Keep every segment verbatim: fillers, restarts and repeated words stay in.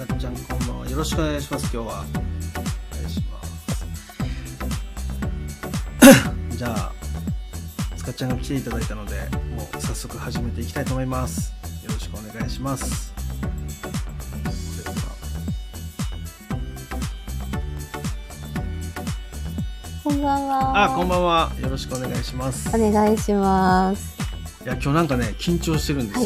かっちゃんこんばんは。よろしくお願いします。今日はお願いします。じゃあつかっちゃんが来ていただいたので、もう早速始めていきたいと思います。よろしくお願いします。 こんばんは。 あ、こんばんは。よろしくお願いします。 お願いします。 いや、今日なんかね、緊張してるんですよ。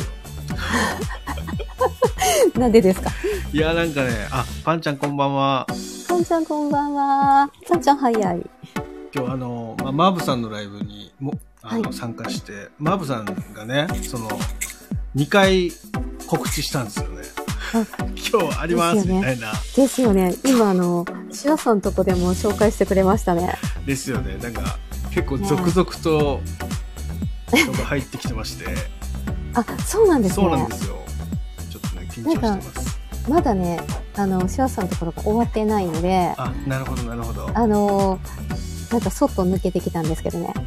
はい、なんでですか？ いや、なんかね、あ、パンちゃんこんばんは。 パンちゃんこんばんは。パンちゃん早い。 今日あの、まあ、マーブさんのライブにもあの、はい、参加して、マーブさんがね、そのにかい告知したんですよね。今日ありますみたいな。 ですよね。今あのシュワさんのとこでも紹介してくれましたね。 ですよね。なんか結構続々と人が入ってきてまして。 あ、そうなんですね。 そうなんですよ。ちょっとね緊張してます。 まだね、あのシュワさんのところが終わってないので。 あ、なるほどなるほど。 あのなんかそっと抜けてきたんですけどね。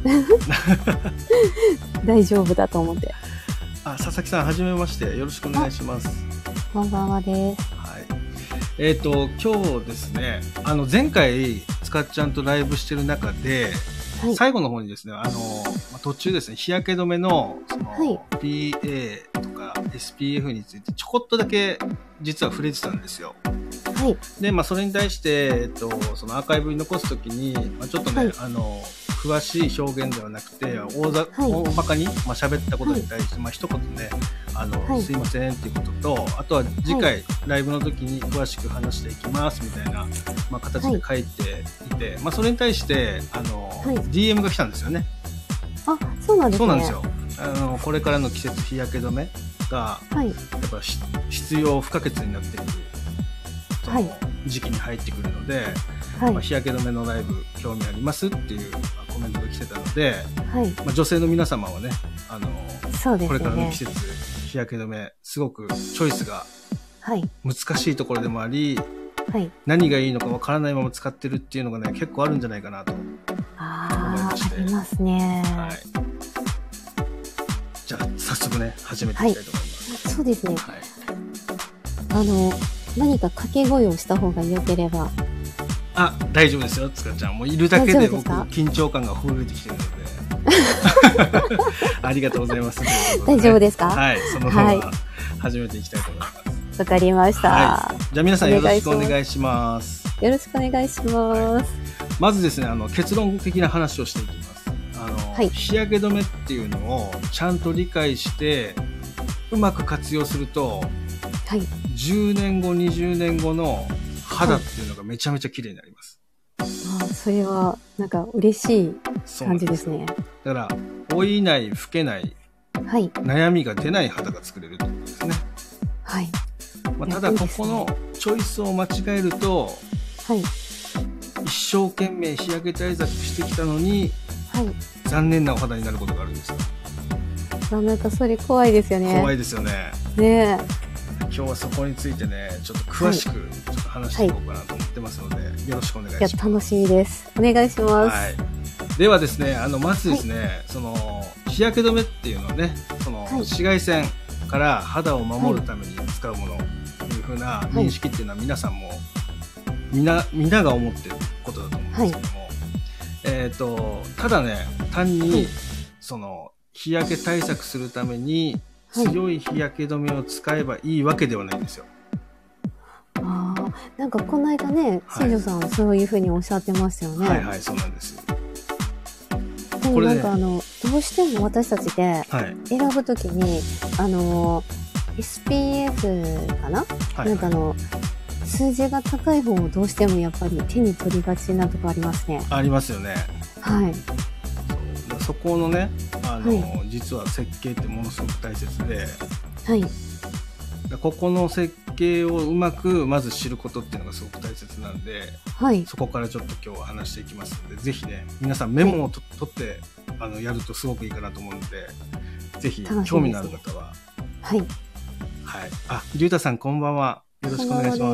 大丈夫だと思って。 あ、佐々木さんはじめまして。よろしくお願いします。 こんばんはです。 はい。えっと今日ですね、あの前回つかっちゃんとライブしてる中で、はい、最後の方にですね、あの途中ですね、日焼け止めのその、はい、ピーエー とか エスピーエフ についてちょこっとだけ実は触れてたんですよ。 はい。で、 まあそれに対してえっとそのアーカイブに残すときに、まあ、ちょっとね、はい、あの詳しい表現ではなくて大ざ、はい、大バカにまあ喋ったことに対して、はい、まあ一言ね、あの、はい、すいませんっていうことと、あとは次回、はい、ライブの時に詳しく話していきますみたいな、まあ、形で書いていて、はい、まあそれに対してあの、はい、ディーエム が来たんですよね。 あ、そうなんですね。 そうなんですよ。あのこれからの季節日焼け止めが、はい、やっぱ必要不可欠になっている、はい、時期に入ってくるので、はい、まあ、日焼け止めのライブ興味ありますっていう、まあ、コメントが来てたので、はい、まあ、女性の皆様はね、あのそうですね、これからの季節日焼け止めすごくチョイスが難しいところでもあり、はい、何がいいのかわからないまま使ってるっていうのがね結構あるんじゃないかなと思いまして。 あ、ありますね。 はい、じゃあ早速ね始めていきたいと思います。 はい、そうですね。はい、あの何か掛け声をした方が良ければ。 あ、大丈夫ですよ、つかちゃん。もういるだけで僕緊張感がほぐれてきてるのでありがとうございます。 大丈夫ですか？ はい、そのまま始めていきたいと思います。 わかりました。 はい、じゃあ皆さんよろしくお願いします。 よろしくお願いします。はい、 まずですね、あの結論的な話をしていきます。あの、はい、日焼け止めっていうのをちゃんと理解してうまく活用すると、はい、じゅうねんごにじゅうねんごの肌っていうのがめちゃめちゃ綺麗になります。 はい、あ、それはなんか嬉しい感じですね。 だから老いない老けない、はい、悩みが出ない肌が作れるってことですね。はい。まあ、ただここのチョイスを間違えると、はい、一生懸命日焼け対策してきたのに、はい、残念なお肌になることがあるんですよ。 なんかそれ怖いですよね。 怖いですよね。 ねえ。 今日はそこについてね、ちょっと詳しくちょっと話していこうかなと思ってますので、はい、よろしくお願いします。 いや、楽しみです。お願いします。はい。 ではですね、あのまずですね、はい、その日焼け止めっていうのはね、その紫外線から肌を守るために使うものという風な認識っていうのは皆さんも皆皆が思ってることだと思うんですけども、はい、えっとただね、単に、はい、その日焼け対策するために強い日焼け止めを使えばいいわけではないんですよ。 ああ、なんかこの間ね、新庄さんはそういうふうにおっしゃってましたよね。 はいはい、そうなんです。 でもなんかあの、どうしても私たちで選ぶときに、はい、あの エスピーエフ かな、はいはい、なんかあの数字が高い方をどうしてもやっぱり手に取りがちなとこありますね。 ありますよね。 はい。 そうそこのね、あの、はい、実は設計ってものすごく大切で、はい、ここの設計をうまくまず知ることっていうのがすごく大切なんで、はい、そこからちょっと今日は話していきますので、ぜひね皆さんメモをと、はい、取ってあのやるとすごくいいかなと思うので、ぜひ興味のある方は、はい、はい、あ、りゅうたさんこんばんは、よろしくお願いします。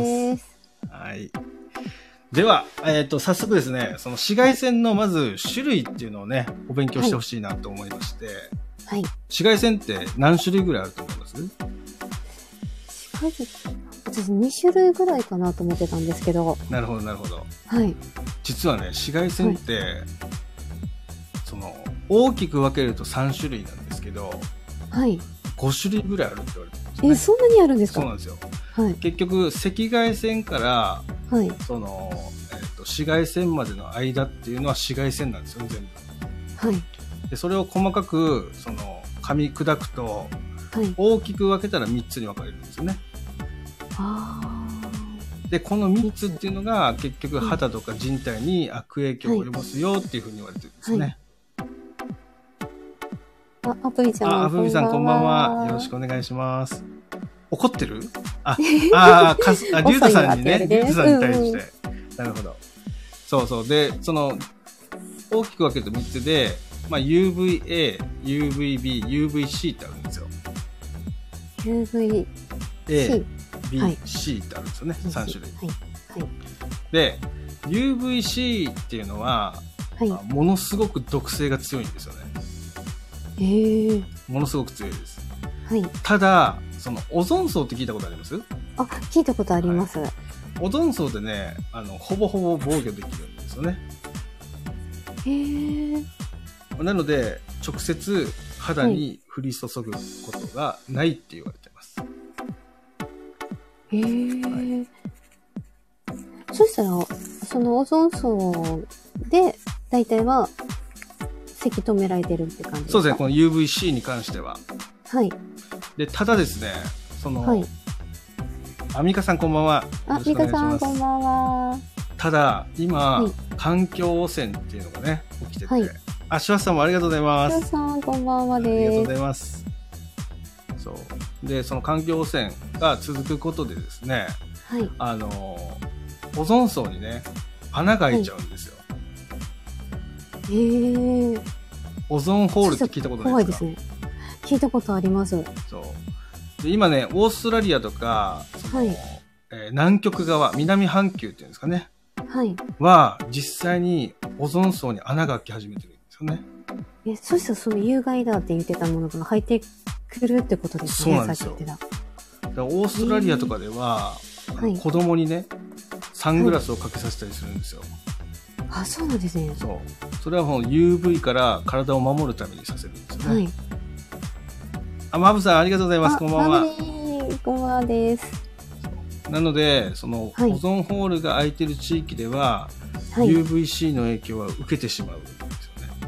はい。では、えっと早速ですね、その紫外線のまず種類っていうのをねお勉強してほしいなと思いまして、はい、紫外線って何種類ぐらいあると思います？ 紫外線、 私に種類ぐらいかなと思ってたんですけど。 なるほどなるほど。 はい。 実はね、紫外線って、はい、その大きく分けるとさん種類なんですけど、 はい。 ご種類ぐらいあるって言われてるんですね。 え、そんなにあるんですか？ そうなんですよ。 はい。 結局赤外線から、 はい。 その、えーと、紫外線までの間っていうのは紫外線なんですよね、全部。 はい。 でそれを細かくその噛み砕くと、はい、大きく分けたらみっつに分かれるんですよね。 あでこのみっつっていうのが結局肌とか人体に悪影響を及ぼすよっていうふうに言われてるんですよね。 はいはい、あ、アプリちゃん。 あ、アプリさんこんばんは。よろしくお願いします。怒ってる？あ、あ、かす、あ、リュウタさんにね、リュウタさんに対して、うんうん。なるほど。そうそう。で、その、大きく分けるとみっつで、まあ、ユーブイエー、ユーブイビー、ユーブイシー ってあるんですよ。 ユーブイ A、B、はい、C ってあるんですよね。さん種類。はいはい、で、ユーブイシー っていうのは、はい、ものすごく毒性が強いんですよね。 へー。 ものすごく強いです。 はい、ただ、そのオゾン層って聞いたことあります？ あ、聞いたことあります。はい、 オゾン層でね、あの、ほぼほぼ防御できるんですよね。 へー。 なので直接肌に降り注ぐことがないって言われてます。はい、 へー、はい、そしたらそのオゾン層で大体はせき止められてるって感じですか？ そうですね、この ユーブイシー に関しては。 はい。 でただですね、その、はい、あ、ミカさんこんばんは。 あ、ミカさんこんばんは。 ただ今、はい、環境汚染っていうのがね起きてて、はい、あ、シュワさんもありがとうございます。 シュワさんこんばんはです。 ありがとうございます。そうで、その環境汚染が続くことでですね、はい、あのオゾン層にね穴が開いちゃうんですよ。 へー。 オゾンホールって聞いたことないですか？ 怖いですね。聞いたことあります。 そうで今ねオーストラリアとかその、はい、えー、南極側、南半球っていうんですかね、はい、は実際にオゾン層に穴が開き始めてるんですよね。 え、そしたらその有害だって言ってたものが入ってくるってことですね。 そうなんですよ。だからオーストラリアとかでは、はい、子供にねサングラスをかけさせたりするんですよ。 はい、あ、そうなんですね。 そう。それはもう ユーブイ から体を守るためにさせるんですよね。はい。あ、マブさんありがとうございます。こんばんは。 こんばんはです。 なのでその、はい、オゾンホールが開いてる地域では、はい、ユーブイシー の影響は受けてしまうんですよね。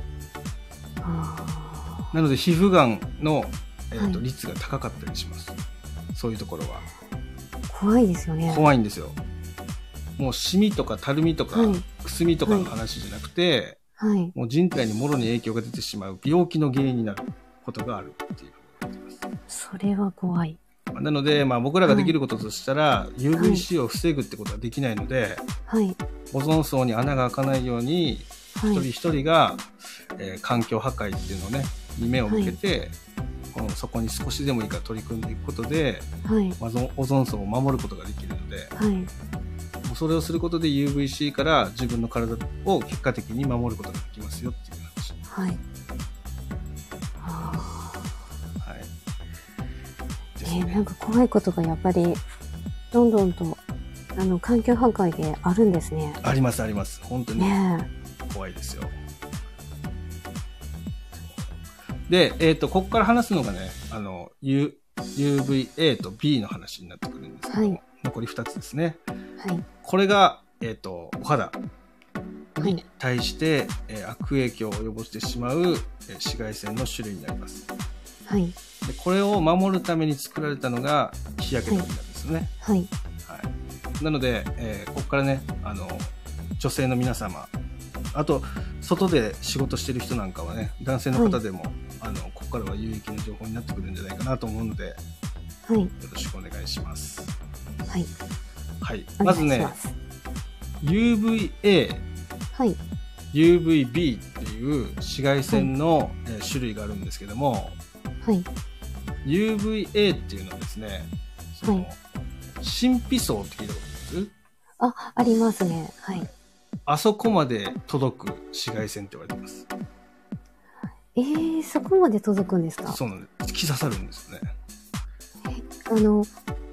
なので皮膚がんの、えーとはい、率が高かったりします。そういうところは怖いですよね。 怖いんですよ。もうシミとかたるみとか、はい、くすみとかの話じゃなくて、はい、もう人体にもろに影響が出てしまう病気の原因になることがあるっていうふうに言われています。 それは怖い。 なので、まあ、僕らができることとしたら、はい、ユーブイシー を防ぐってことはできないので、はい、オゾン層に穴が開かないように、はい、一人一人が、えー、環境破壊っていうのをねに目を向けて、はい、このそこに少しでもいいから取り組んでいくことで、はい、まあ、オゾン層を守ることができるので、はい、もうそれをすることで ユーブイシー から自分の体を結果的に守ることができますよっていう話。はい。 はあ、はい。ね、えー、なんか怖いことがやっぱりどんどんとあの環境破壊であるんですね。 ありますあります。本当に怖いですよ。ね、で、えっと、ここから話すのがね、あの、ユーブイエー と B の話になってくるんですけども、はい、残りふたつですね。はい。これが、えっと、お肌に対して、はい、えー、悪影響を及ぼしてしまう、えー、紫外線の種類になります。はい。で、これを守るために作られたのが日焼け止めなんですね。はい。はい。なので、えー、ここからね、あの、女性の皆様、あと、外で仕事してる人なんかはね、男性の方でも、はい、あのここからは有益な情報になってくるんじゃないかなと思うので、はい、よろしくお願いします。はい。はい。まずね、ユーブイエー、はい、ユーブイビー っていう紫外線の、はい、えー、種類があるんですけども、はい、ユーブイエー っていうのはですね、その、はい、真皮層って聞いたことあります？ あ、ありますね。はい。 あそこまで届く紫外線って言われてます。 えー、そこまで届くんですか？ そうなんです。突き刺さるんですね。 え、あの、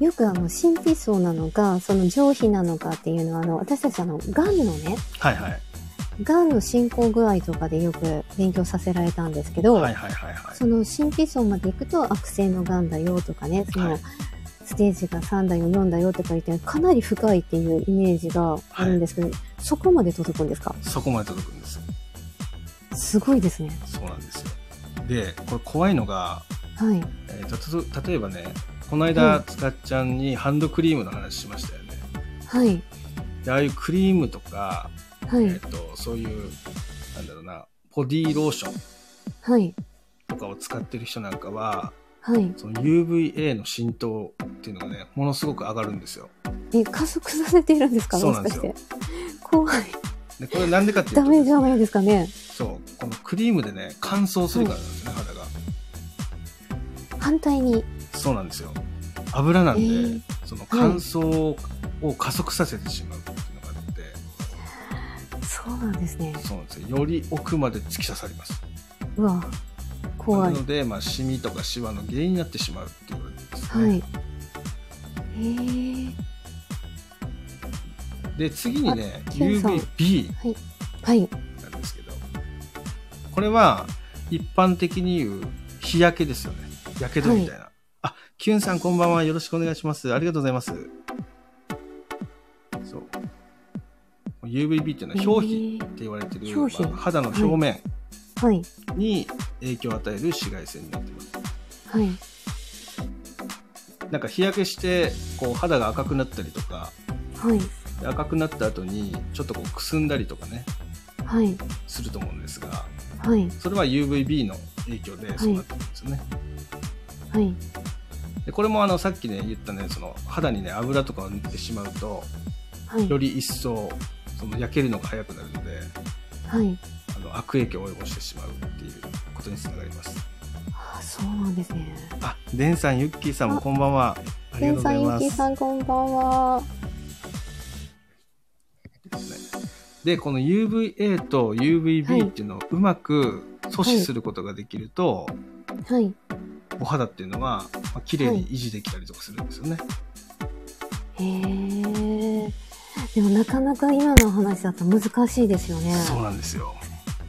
よくあの、真皮層なのか、その上皮なのかっていうのは、あの、私たちあの、癌のね、 はいはい。 癌の進行具合とかでよく勉強させられたんですけど、 はいはいはいはい。 その真皮層まで行くと悪性の癌だよとかね、その、はい、ステージがさんだよ、よんだよって書いて、かなり深いっていうイメージがあるんですけど、はい、そこまで届くんですか？ そこまで届くんです。 すごいですね。 そうなんですよ。で、これ怖いのが、 はい。 えー、た例えばね、この間、つかっちゃんにハンドクリームの話しましたよね。 はい。 で、ああいうクリームとか、 はい、 えっと、そういう、なんだろうな、ボディーローションとかを使ってる人なんかは、 はい、 その ユーブイエー の浸透っていうのがね、ものすごく上がるんですよ。 え、加速させているんですか？ そうなんですよ。 怖い。 で、これなんでかっていうと、 ダメじゃないですかね。 そう、このクリームでね、乾燥するからなんですね、はい、肌が。 反対に。 そうなんですよ。油なんで、えー、その乾燥を加速させてしまうっていうのがあって、 はい、そうなんですね。 そうなんですよ。より奥まで突き刺さります。 うわ、怖い。 なので、まあ、シミとかシワの原因になってしまうって言われてますね。 はい。へー。 で、次にね、ユーブイビーはい。 なんですけど、これは一般的に言う日焼けですよね。やけどみたいな。はい、あ、キュンさんこんばんは。よろしくお願いします。ありがとうございます。そう。ユーブイビー っていうのは表皮って言われてる、まあ、肌の表面に影響を与える紫外線になってます。 はい。 なんか日焼けしてこう肌が赤くなったりとか、 はい。 赤くなった後にちょっとこうくすんだりとかね、 はい、 すると思うんですが、 はい、 それは ユーブイビー の影響でそうなってるんですよね。 はい。 でこれもあのさっきね言ったね、その肌にね油とかを塗ってしまうと、はい、より一層その焼けるのが早くなるので、 はい、 あの悪影響を及ぼしてしまうっていうことにつながります。 ああ、そうなんですね。 あ、デンさん、ユッキーさんもこんばんは。ありがとうございます。デンさん、ユッキーさんこんばんは。 で、この ユーブイエー と ユーブイビー っていうのをうまく阻止することができると、 はい、 お肌っていうのは、まあ、綺麗に維持できたりとかするんですよね。はい、 へー。でもなかなか今の話だと難しいですよね。 そうなんですよ。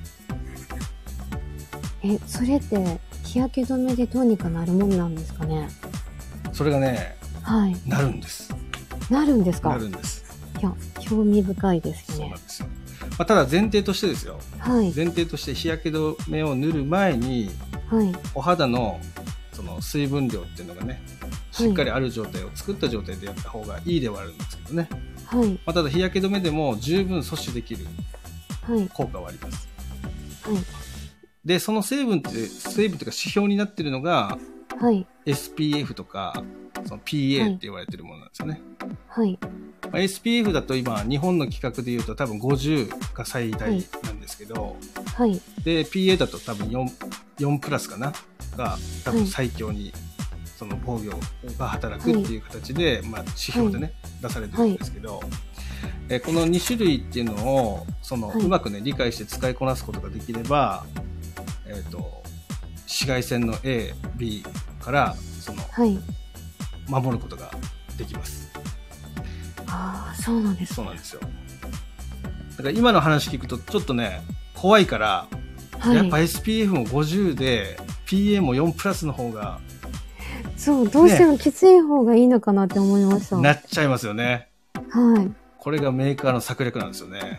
え、それって日焼け止めでどうにかなるもんなんですかね？ それがね、 はい、 なるんです。 なるんですか？ なるんです。 いや、興味深いですね。 そうなんですよ。まあ、ただ前提としてですよ、 はい、 前提として日焼け止めを塗る前に、はい、お肌のその水分量っていうのがねしっかりある状態を作った状態でやった方がいいではあるんですけどね、はい、まあ、ただ日焼け止めでも十分阻止できる効果はあります、はい、でその成分って成分というか指標になっているのが、はい、エスピーエフ とかその ピーエー って言われているものなんですよね、はい、まあ、エスピーエフ だと今日本の規格でいうと多分ごじゅうが最大なんですけど、はい、で ピーエー だと多分 4, 4プラスかなが多分最強にその防御が働くっていう形で、はい、まあ、指標でね、はい、出されてるんですけど、はい、えこのに種類っていうのをその、はい、うまくね理解して使いこなすことができれば、えーと、紫外線の A、B からその、はい、守ることができます。 ああ、そうなんですね。 そうなんですよ。だから今の話聞くとちょっとね怖いから、はい、やっぱ エスピーエフ もごじゅうで ピーエー もよんプラスの方がそうどうしてもきつい方がいいのかなって思いました、 ね、なっちゃいますよね。 はい。 これがメーカーの策略なんですよね。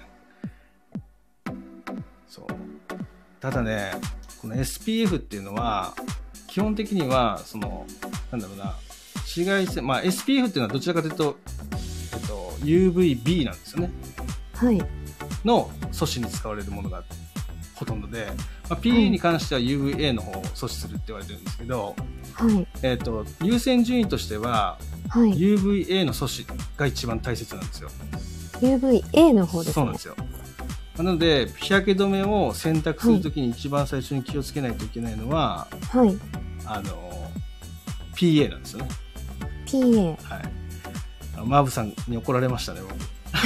そうただねこの エスピーエフ っていうのは基本的にはそのなんだろうな紫外線、まあ エスピーエフ っていうのはどちらかというと、えっと、ユーブイビー なんですよね。はい。の阻止に使われるものがほとんどで、まあ、ピーエー に関しては ユーブイエー の方を阻止するって言われてるんですけど、はい。えっと、優先順位としては、はい、ユーブイエー の阻止が一番大切なんですよ。 ユーブイエー の方ですね。 そうなんですよ。なので、日焼け止めを選択するときに一番最初に気をつけないといけないのは、はい。あの、ピーエー なんですよね。 ピーエー。 はい。マーブさんに怒られましたね、僕。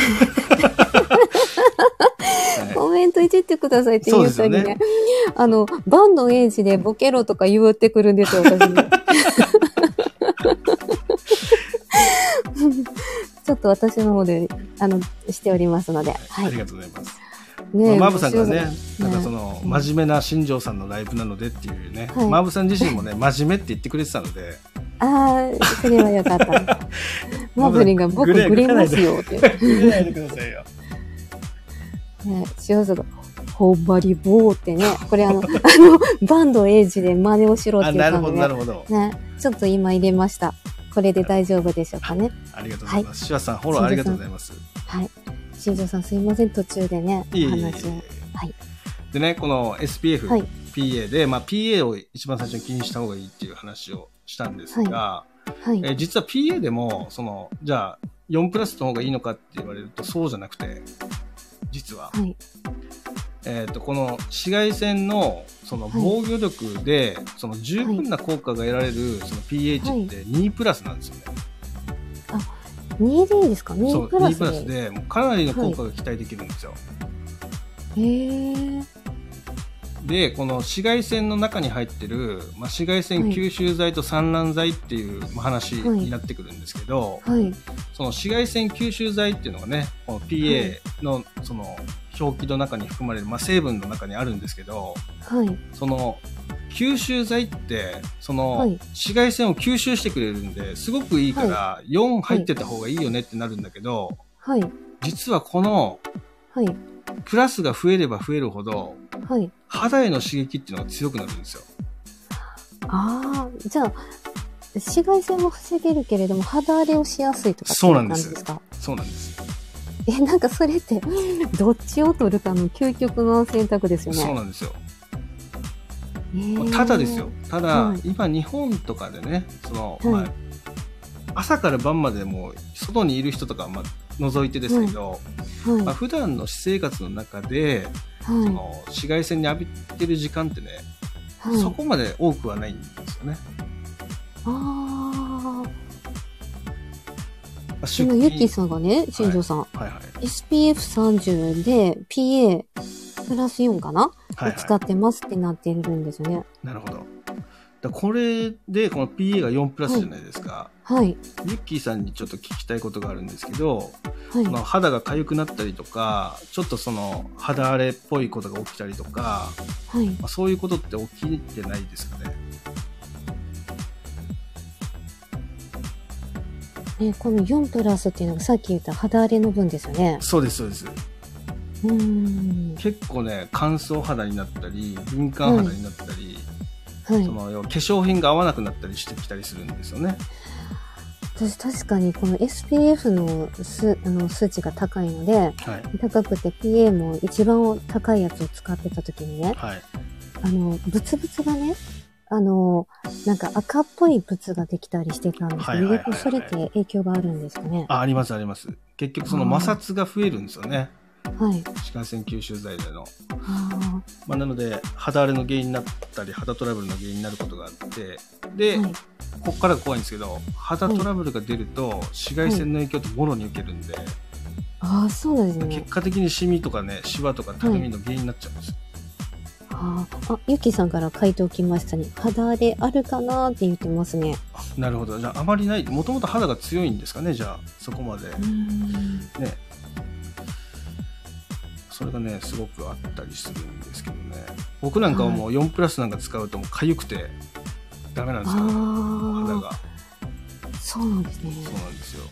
はい、コメントいじってくださいって言う人にね、ねあの、バンドエイジでボケろとか言ってくるんですよ、私に。 と私の方で、あの、しておりますので。 はい。ありがとうございます。ねえ、マーブさんがね、なんかその、真面目な新庄さんのライブなのでっていうね、はい、マーブさん自身もね、真面目って言ってくれてたので。 ああ、それはよかった。マーブリンが僕グレますよって。 グレないでくださいよ。 ね、塩さんが、ほんまりぼーってね、これあの、あの、バンドエイジで真似をしろって言ったので、ね、 なるほど、なるほど。 ね、ちょっと今入れました。これで大丈夫でしょうかね。 ありがとうございます。シワさん、フォローありがとうございます。 はい。新庄さん、すいません、途中でね、お話を。はい。 でね、この エスピーエフ、はい、ピーエー で、まあ ピーエー を一番最初に気にした方がいいっていう話をしたんですが、はいはい、えー、実は ピーエー でも、その、じゃあ、よんプラスの方がいいのかって言われるとそうじゃなくて、実は。はい、えっと、この紫外線のその防御力で、はい、その十分な効果が得られるその ピーエイチ ってにプラスなんですよね。 はい、あ、にでいいですか？ に プラスで。 にプラスで、もうかなりの効果が期待できるんですよ。 はい、へー。 で、この紫外線の中に入ってる、まあ、紫外線吸収剤と散乱剤っていう話になってくるんですけど、はいはい、その紫外線吸収剤っていうのがね、この ピーエー のその表記の中に含まれる、まあ、成分の中にあるんですけど、はい、その吸収剤ってその紫外線を吸収してくれるんですごくいいからよん入ってた方がいいよねってなるんだけど、はい、実はこのプラスが増えれば増えるほど、はい、肌への刺激っていうのが強くなるんですよ。 ああ、じゃあ紫外線も防げるけれども肌荒れをしやすいとかっていう感じですか？ そうなんです。そうなんです。 え、なんかそれってどっちを取るかの究極の選択ですよね。 そうなんですよ。えー、ただですよ。ただ、はい、今日本とかでね、その、はい、まあ、朝から晩までもう外にいる人とかはまあ除いてですけど、はいはい、まあ、普段の私生活の中で、はい、その紫外線に浴びてる時間ってね、はい、そこまで多くはないんですよね。 ああ。今、ユッキーさんがね、新庄さん、はいはいはい、エスピーエフさんじゅう で ピーエー プラスよんかな、はいはい、使ってますってなっているんですよね。 なるほど。だこれで、この ピーエー がよんプラスじゃないですか。はい。はい、ユッキーさんにちょっと聞きたいことがあるんですけど、はい、その肌が痒くなったりとか、ちょっとその肌荒れっぽいことが起きたりとか、はい、まあ、そういうことって起きてないですかね。 ね、このよんプラスっていうのがさっき言った肌荒れの分ですよね。 そうです、そうです。うーん、結構ね、乾燥肌になったり、敏感肌になったり、はいはい、その化粧品が合わなくなったりしてきたりするんですよね。 私確かにこの エスピーエフ の数、あの数値が高いので、はい、高くて ピーエー も一番高いやつを使ってた時にね、はい、あの、ブツブツがね、あの、なんか赤っぽいブツができたりしてたんですけど、逆にそれって影響があるんですかね。 あ、ありますあります。結局その摩擦が増えるんですよね。はい。紫外線吸収剤での。あ、まあ、なので、肌荒れの原因になったり、肌トラブルの原因になることがあって、で、はい、ここからが怖いんですけど、肌トラブルが出ると、紫外線の影響ってもろに受けるんで、はい、 ああ、そうなんですね。 結果的にシミとかね、シワとかたるみの原因になっちゃうんですよ。 はい、ああ、ゆきさんから回答来ましたね。肌荒れあるかなって言ってますね。 なるほど。じゃあ、あまりない。もともと肌が強いんですかね、じゃあ、そこまで。ね。それがね、すごくあったりするんですけどね。僕なんかはもうよんプラスなんか使うともう痒くてダメなんですよ、ね、肌が。 そうなんですね。 そうなんですよ。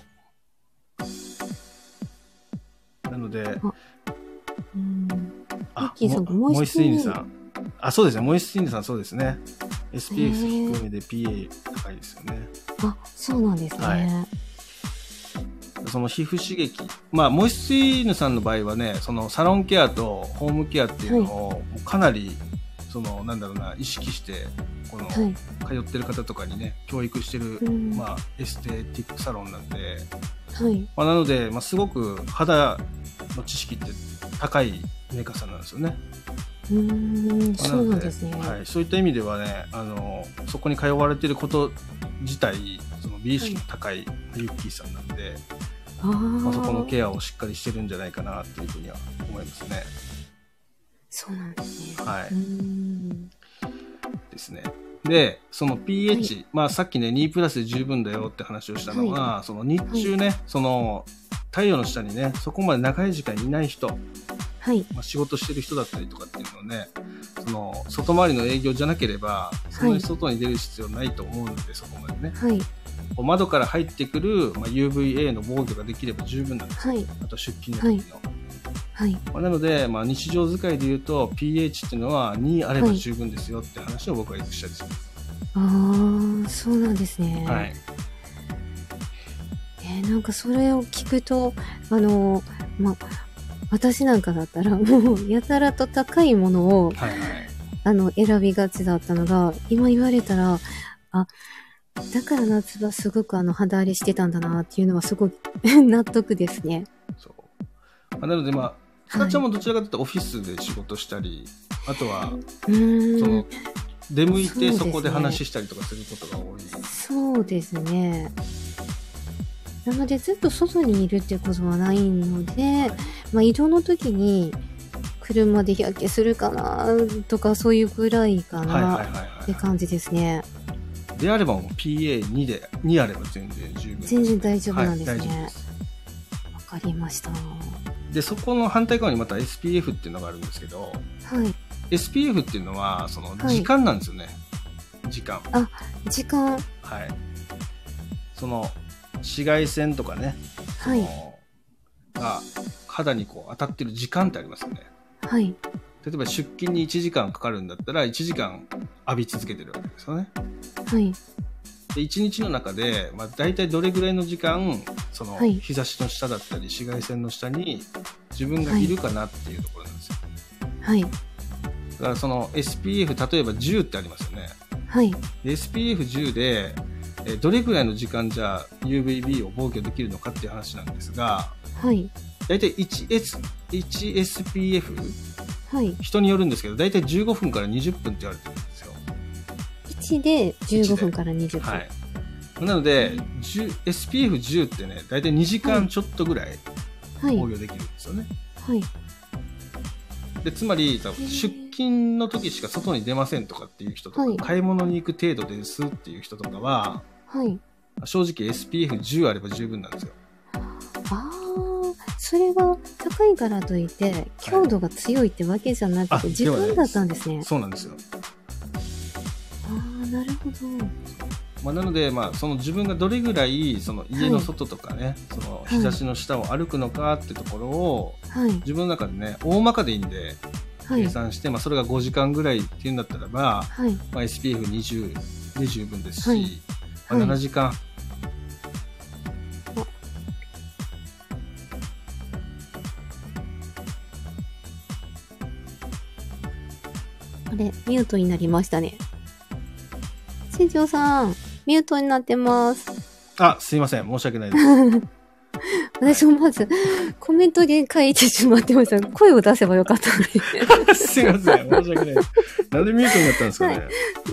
なので、 うん、 あ、モイスティーヌさん。あ、そうですね。モイスティーヌさん、そうですね。エスピーエフ 低めで ピーエー 高いですよね。 あ、そうなんですね。はい、 その皮膚刺激、まあ、モイスティーヌさんの場合はね、そのサロンケアとホームケアっていうのをかなり、そのなんだろうな、意識してこの、はい、通ってる方とかにね教育してる、うん、まあ、エステティックサロンなんで、はい、まあ、なので、まあ、すごく肌の知識って高いメーカーさんなんですよね。 うーん、そうなんですね。 はい、そういった意味ではね、あのそこに通われていること自体、その美意識の高いユッキーさんなんで、あ、まあ、そこのケアをしっかりしてるんじゃないかなっていうふうには思いますね。 そうなんですね。 はい。うーんですね。で、その ピーエイチ、はい、まあさっきねにプラスで十分だよって話をしたのは、はい、その日中ね、はい、その太陽の下にねそこまで長い時間いない人、 はい、 まあ、仕事してる人だったりとかっていうのをね、その外回りの営業じゃなければそんなに外に出る必要ないと思うので、はい、そこまでね、はい、窓から入ってくる、まあ、ユーブイエー の防御ができれば十分なんですよ、はい、あと出勤の時の、はいはい、まあ、なので、まあ、日常使いで言うと ピーエイチ っていうのはにあれば十分ですよって話を僕はよくしたりします。 ああ、そうなんですね。はい。えー、なんかそれを聞くと、あの、ま、私なんかだったら、もう、やたらと高いものを、はいはい、あの、選びがちだったのが、今言われたら、あ、だから夏場すごくあの、肌荒れしてたんだなっていうのはすごい納得ですね。 そう。なのでまあ、スカちゃんもどちらかというとオフィスで仕事したり、はい、あとは、うーん、その、出向いてそこで話したりとかすることが多い。 そうですね。なのでずっと外にいるっていうことはないので、はい、まあ移動の時に車で日焼けするかなとかそういうぐらいかなって感じですね。 であればもう ピーエーに でにあれば全然十分です。 全然大丈夫なんですね。 はい、大丈夫です。 わかりました。 でそこの反対側にまた エスピーエフ っていうのがあるんですけど。はい。エスピーエフ っていうのはその時間なんですよね、はい、時間。 あ、時間。はい。 その紫外線とかね、はい、が肌にこう当たってる時間ってありますよね。はい。例えば出勤にいちじかんかかるんだったらいちじかん浴び続けてるわけですよね。はい。でいちにちの中で、まあ、大体どれぐらいの時間その日差しの下だったり紫外線の下に自分がいるかなっていうところなんですよ。はい。だからその エスピーエフ 例えばじゅうってありますよね。はい。エスピーエフじゅう でえどれぐらいの時間じゃあ ユーブイビー を防御できるのかっていう話なんですが、はい。だいたい いちエスピーエフ、はい、人によるんですけどだいたいじゅうごふんからにじゅっぷんって言われてるんですよ。 いちでじゅうごふんからにじゅっぷん。はい。 なので、うん、エスピーエフじゅう ってねだいたいにじかんちょっとぐらい防御できるんですよね。はい。はいでつまり出勤の時しか外に出ませんとかっていう人とか、はい、買い物に行く程度ですっていう人とかは、はい、正直 エスピーエフじゅう あれば十分なんですよ。 ああ、それが高いからといって強度が強いってわけじゃなくて、はい、時間だったんですね。 そうなんですよ。 ああ、なるほど。 まあ、なので、まあ、その自分がどれぐらいその家の外とかね、はい、その日差しの下を歩くのかってところを、はい、自分の中でね大まかでいいんで計算して、はい、まあ、それがごじかんぐらいっていうんだったらば、はい、まあ、エスピーエフにじゅう で十分ですし、はい、まあ、ななじかん、はい、 あれミュートになりましたね。新庄さんミュートになってます。 あ、すいません。申し訳ないです。 私もまず、コメントで書いてしまってました。声を出せばよかったのに。すいません。申し訳ないです。なんでミュートになったんですかね。はい、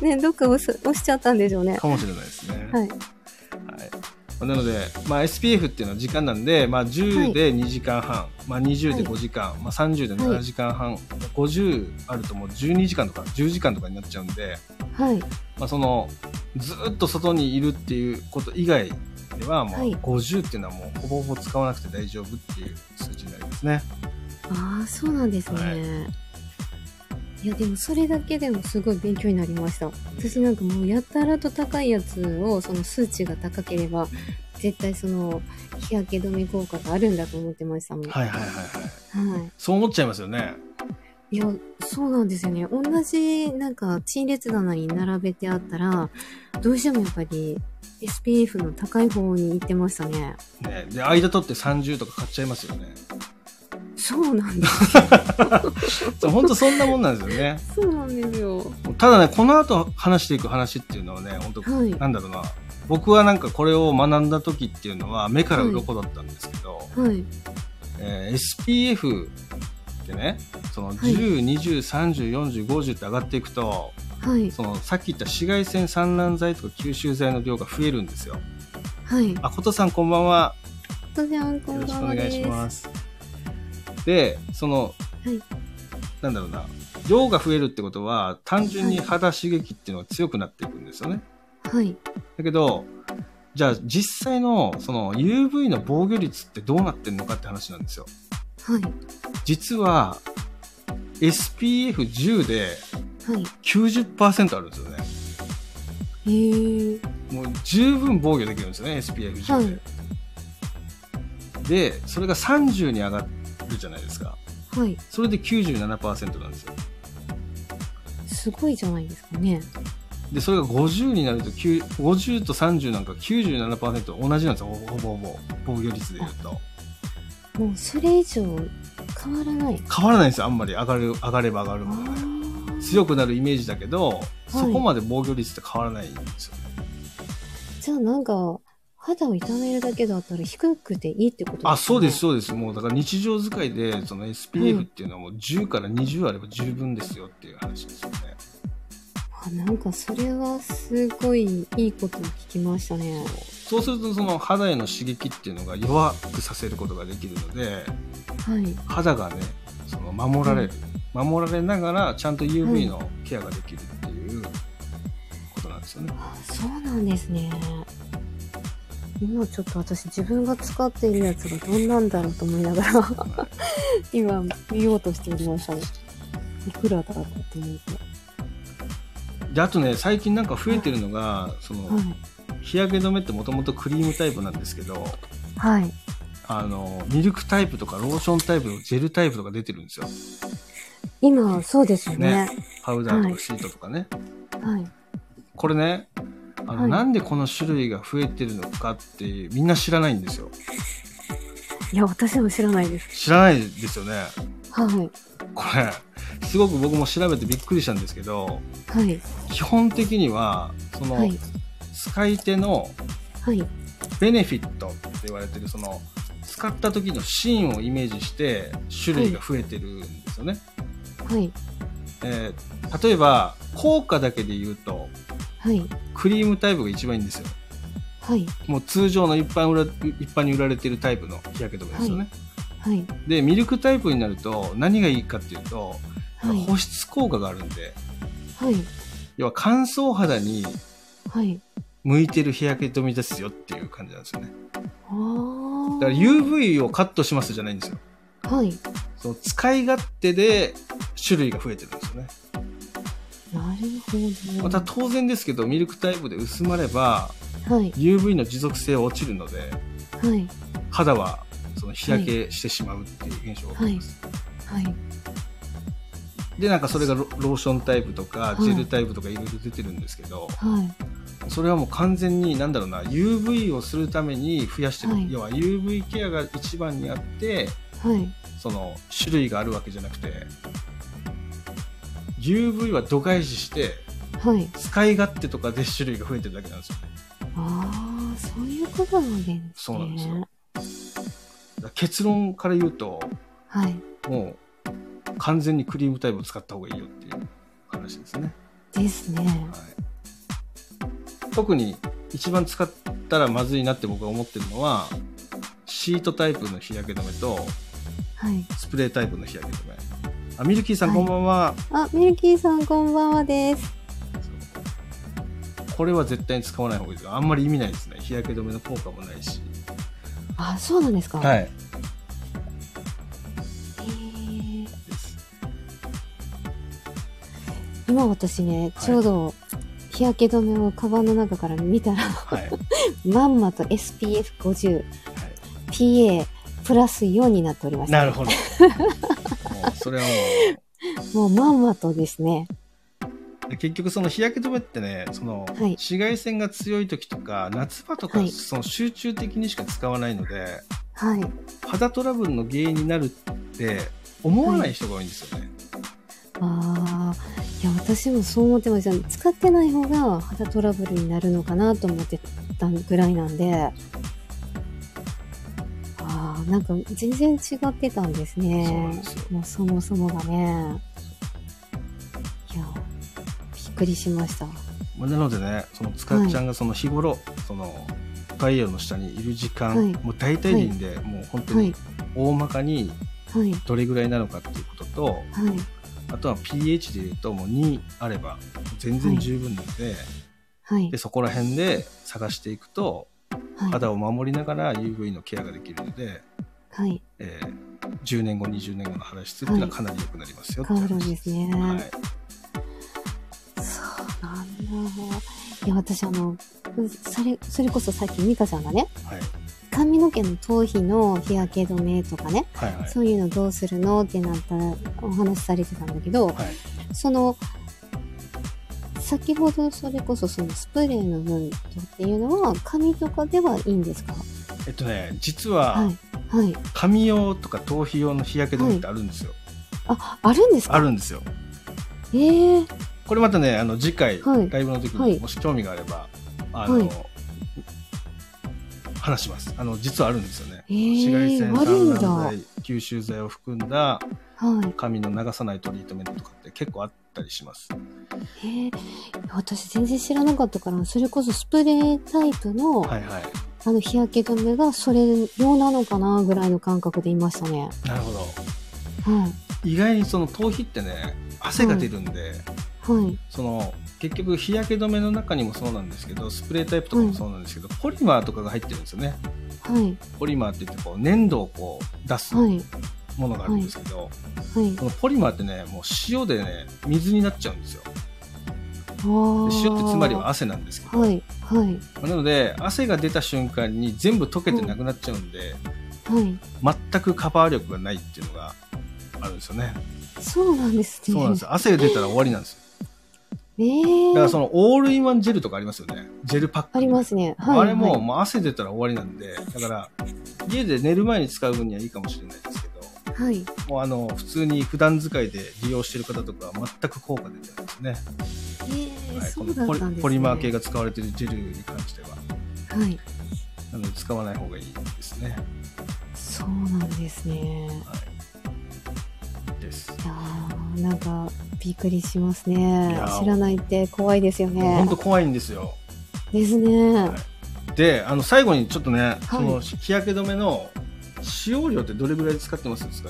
ね、どっか押す、押しちゃったんでしょうね。 かもしれないですね。はい。はい、なので、まあ、エスピーエフ っていうのは時間なんで、まあ、じゅうでにじかんはん、はい、まあ、にじゅうでごじかん、はい、まあ、さんじゅうでななじかんはん、はい、ごじゅうあるともうじゅうにじかんとかじゅうじかんとかになっちゃうんで、はい。まあ、その、ずっと外にいるっていうこと以外では、もうごじゅうっていうのはもうほぼほぼ使わなくて大丈夫っていう数字になりますね。 ああ、そうなんですね。はい、いや、でもそれだけでもすごい勉強になりました。私なんかもうやたらと高いやつを、その数値が高ければ、絶対その日焼け止め効果があるんだと思ってましたもん。 はいはいはいはい。はい、そう思っちゃいますよね。 いや、そうなんですよね。同じ、なんか、陳列棚に並べてあったら、どうしてもやっぱり、エスピーエフ の高い方に行ってましたね。 ね、で、間取ってさんじゅうとか買っちゃいますよね。 そうなんですよ。本当そんなもんなんですよね。 そうなんですよ。 ただね、この後話していく話っていうのはね、本当、はい、なんだろうな。僕はなんかこれを学んだ時っていうのは、目から鱗だったんですけど、はいはい、えー、エスピーエフ、でね、そのじゅう、はい、にじゅう、さんじゅう、よんじゅう、ごじゅうって上がっていくと、はい、そのさっき言った紫外線散乱剤とか吸収剤の量が増えるんですよ。はい。あ、ことさんこんばんは。 ことさんこんばんは。よろしくお願いします。 で、その、はい、なんだろうな、量が増えるってことは単純に肌刺激っていうのが強くなっていくんですよね。はい。だけど、 じゃあ実際のその ユーブイ の防御率ってどうなってんのかって話なんですよ。 はい。 実は エスピーエフじゅう で きゅうじゅっパーセント あるんですよね。 へー。 もう十分防御できるんですよね エスピーエフじゅう で、はい、でそれがさんじゅうに上がるじゃないですか。 はい。 それで きゅうじゅうななパーセント なんですよ。 すごいじゃないですかね。 でそれがごじゅうになるとごじゅうとさんじゅうなんか きゅうじゅうななパーセント 同じなんですよ。ほぼほぼ防御率でいうともうそれ以上変わらない。 変わらないんですよ。あんまり上がる上がれば上がるもので強くなるイメージだけど、はい、そこまで防御率って変わらないんですよね。 じゃあなんか肌を痛めるだけだったら低くていいってことですかね。 あ、そうですそうです。もうだから日常使いでその エスピーエフ っていうのはもうじゅうからにじゅうあれば十分ですよっていう話ですよね。 あ、なんかそれはすごいいいことを聞きましたね。 そうするとその肌への刺激っていうのが弱くさせることができるので、 はい、 肌がねその守られる、うん、守られながらちゃんと ユーブイ のケアができるっていうことなんですよね。 はい、あ、そうなんですね。今ちょっと私自分が使っているやつがどんなんだろうと思いながら、はい、今見ようとしておりましたね。いくらだったと思うと。 であとね最近なんか増えてるのが、はい、その、はい、日焼け止めってもともとクリームタイプなんですけど、 はい、 あのミルクタイプとかローションタイプジェルタイプとか出てるんですよ。 今そうですよ ね, ねパウダーとかシートとかね、 はい、 これねあの、はい、なんでこの種類が増えてるのかってみんな知らないんですよ。 いや私も知らないです。 知らないですよね。 はい。 これすごく僕も調べてびっくりしたんですけど、 はい、 基本的にはその、はい、使い手のベネフィットって言われてるその使った時のシーンをイメージして種類が増えてるんですよね。 はい。 えー、例えば効果だけで言うと、 はい、 クリームタイプが一番いいんですよ。 はい。 もう通常の一般売ら一般に売られているタイプの日焼け止めですよね。 はいはい、 でミルクタイプになると何がいいかっていうと、はい、保湿効果があるんで、 はい、 要は乾燥肌に向いてる日焼け止めですよっていう感じなんですよね。 あだから ユーブイ をカットしますじゃないんですよ。 はい、 その使い勝手で種類が増えてるんですよね。 なるほど。 また当然ですけどミルクタイプで薄まれば、 はい、 ユーブイ の持続性は落ちるので、 はい、 肌はその日焼けしてしまうっていう現象が起こります。 はいはい、 でなんかそれが ロ, ローションタイプとかジェルタイプとかいろいろ出てるんですけど、 はい、 それはもう完全になんだろうな ユーブイ をするために増やしてる、はい、要は ユーブイ ケアが一番にあって、 はい、 その種類があるわけじゃなくて ユーブイ は度外視して、 はい、 使い勝手とかで種類が増えてるだけなんですよね。 ああ、そういうことなんですね。 そうなんですよ。結論から言うと、 はい、 もう完全にクリームタイプを使った方がいいよっていう話ですね。 ですね。 はい、特に一番使ったらまずいなって僕は思ってるのはシートタイプの日焼け止めと、 はい、 スプレータイプの日焼け止め。あ、ミルキーさん、はい、こんばんは。 あ、ミルキーさんこんばんはです。 これは絶対に使わない方がいいですよ。あんまり意味ないですね。日焼け止めの効果もないし。 あ、そうなんですか。 はい。 へー。今私ね、ちょうど日焼け止めをカバンの中から見たら、はい、まんまと エスピーエフごじゅう、はい、ピーエー プラスよんになっておりました。 なるほど。もうそれはもう、もうまんまとですね。 結局その日焼け止めってね、その紫外線が強い時とか夏場とか、その集中的にしか使わないので、 はい、 肌トラブルの原因になるって思わない人が多いんですよね。 はい、ああ、いや私もそう思ってました。使ってない方が肌トラブルになるのかなと思ってたぐらいなんで、ああ、なんか全然違ってたんですね。 そうなんですよ。 もうそもそもがね。いや。びっくりしました。 なのでね、そのつかっちゃんがその日頃、はい、その太陽の下にいる時間、はい、もう大体でいいんで、はい、もう本当に大まかにどれぐらいなのかっていうことと、はい、あとは ピーエイチ でいうともうにあれば全然十分なので、はい、でそこら辺で探していくと、 肌を守りながら ユーブイ のケアができるので、 はい、 えー、じゅうねんごにじゅうねんごの肌質っていうのはかなり良くなりますよ、 はい、変わるんですね、はい、そうなんだ。いや私あのそれそれこそさっき美香さんがね、はい、髪の毛の頭皮の日焼け止めとかね、はいはい、そういうのどうするのってなったらお話しされてたんだけど、はい、その先ほどそれこそそのスプレーの分っていうのは髪とかではいいんですか？ えっとね実は、はいはい、髪用とか頭皮用の日焼け止めってあるんですよ、 はい、あ、あるんですか？ あるんですよ。 えー、 これまたねあの次回、はい、ライブの時にもし興味があれば、あの、はい、話します。あの実はあるんですよね、えー、紫外線散乱剤吸収剤を含んだ髪の流さないトリートメントとかって結構あったりします。 えー、私全然知らなかったからそれこそスプレータイプの、はいはい、あの日焼け止めがそれ用なのかなぐらいの感覚でいましたね。 なるほど、はい、意外にその頭皮ってね汗が出るんで、はいはい、その結局日焼け止めの中にもそうなんですけどスプレータイプとかもそうなんですけど、はい、ポリマーとかが入ってるんですよね、はい、ポリマーって言ってこう粘土をこう出すものがあるんですけど、はいはい、このポリマーってねもう塩でね水になっちゃうんですよ。塩ってつまりは汗なんですけど、はいはい、なので汗が出た瞬間に全部溶けてなくなっちゃうんで、はい、全くカバー力がないっていうのがあるんですよね。 そうなんですね。 そうなんです。汗が出たら終わりなんですよ。 えー、 だからそのオールインワンジェルとかありますよね。ジェルパック。 ありますね。 はい、あれも、はい、もう汗出たら終わりなんで、だから家で寝る前に使う分にはいいかもしれないですけど、はい、もうあの普通に普段使いで利用している方とかは全く効果出てないですね。 えーはい、そうだったんですね。 ポリマー系が使われているジェルに関しては、 はい、 なので使わない方がいいですね。 そうなんですね。 はい、です。 いやーなんかびっくりしますね。知らないって怖いですよね。 本当怖いんですよ。 ですね。 はい、で、あの最後にちょっとね、はい、その日焼け止めの使用量ってどれぐらい使ってますですか？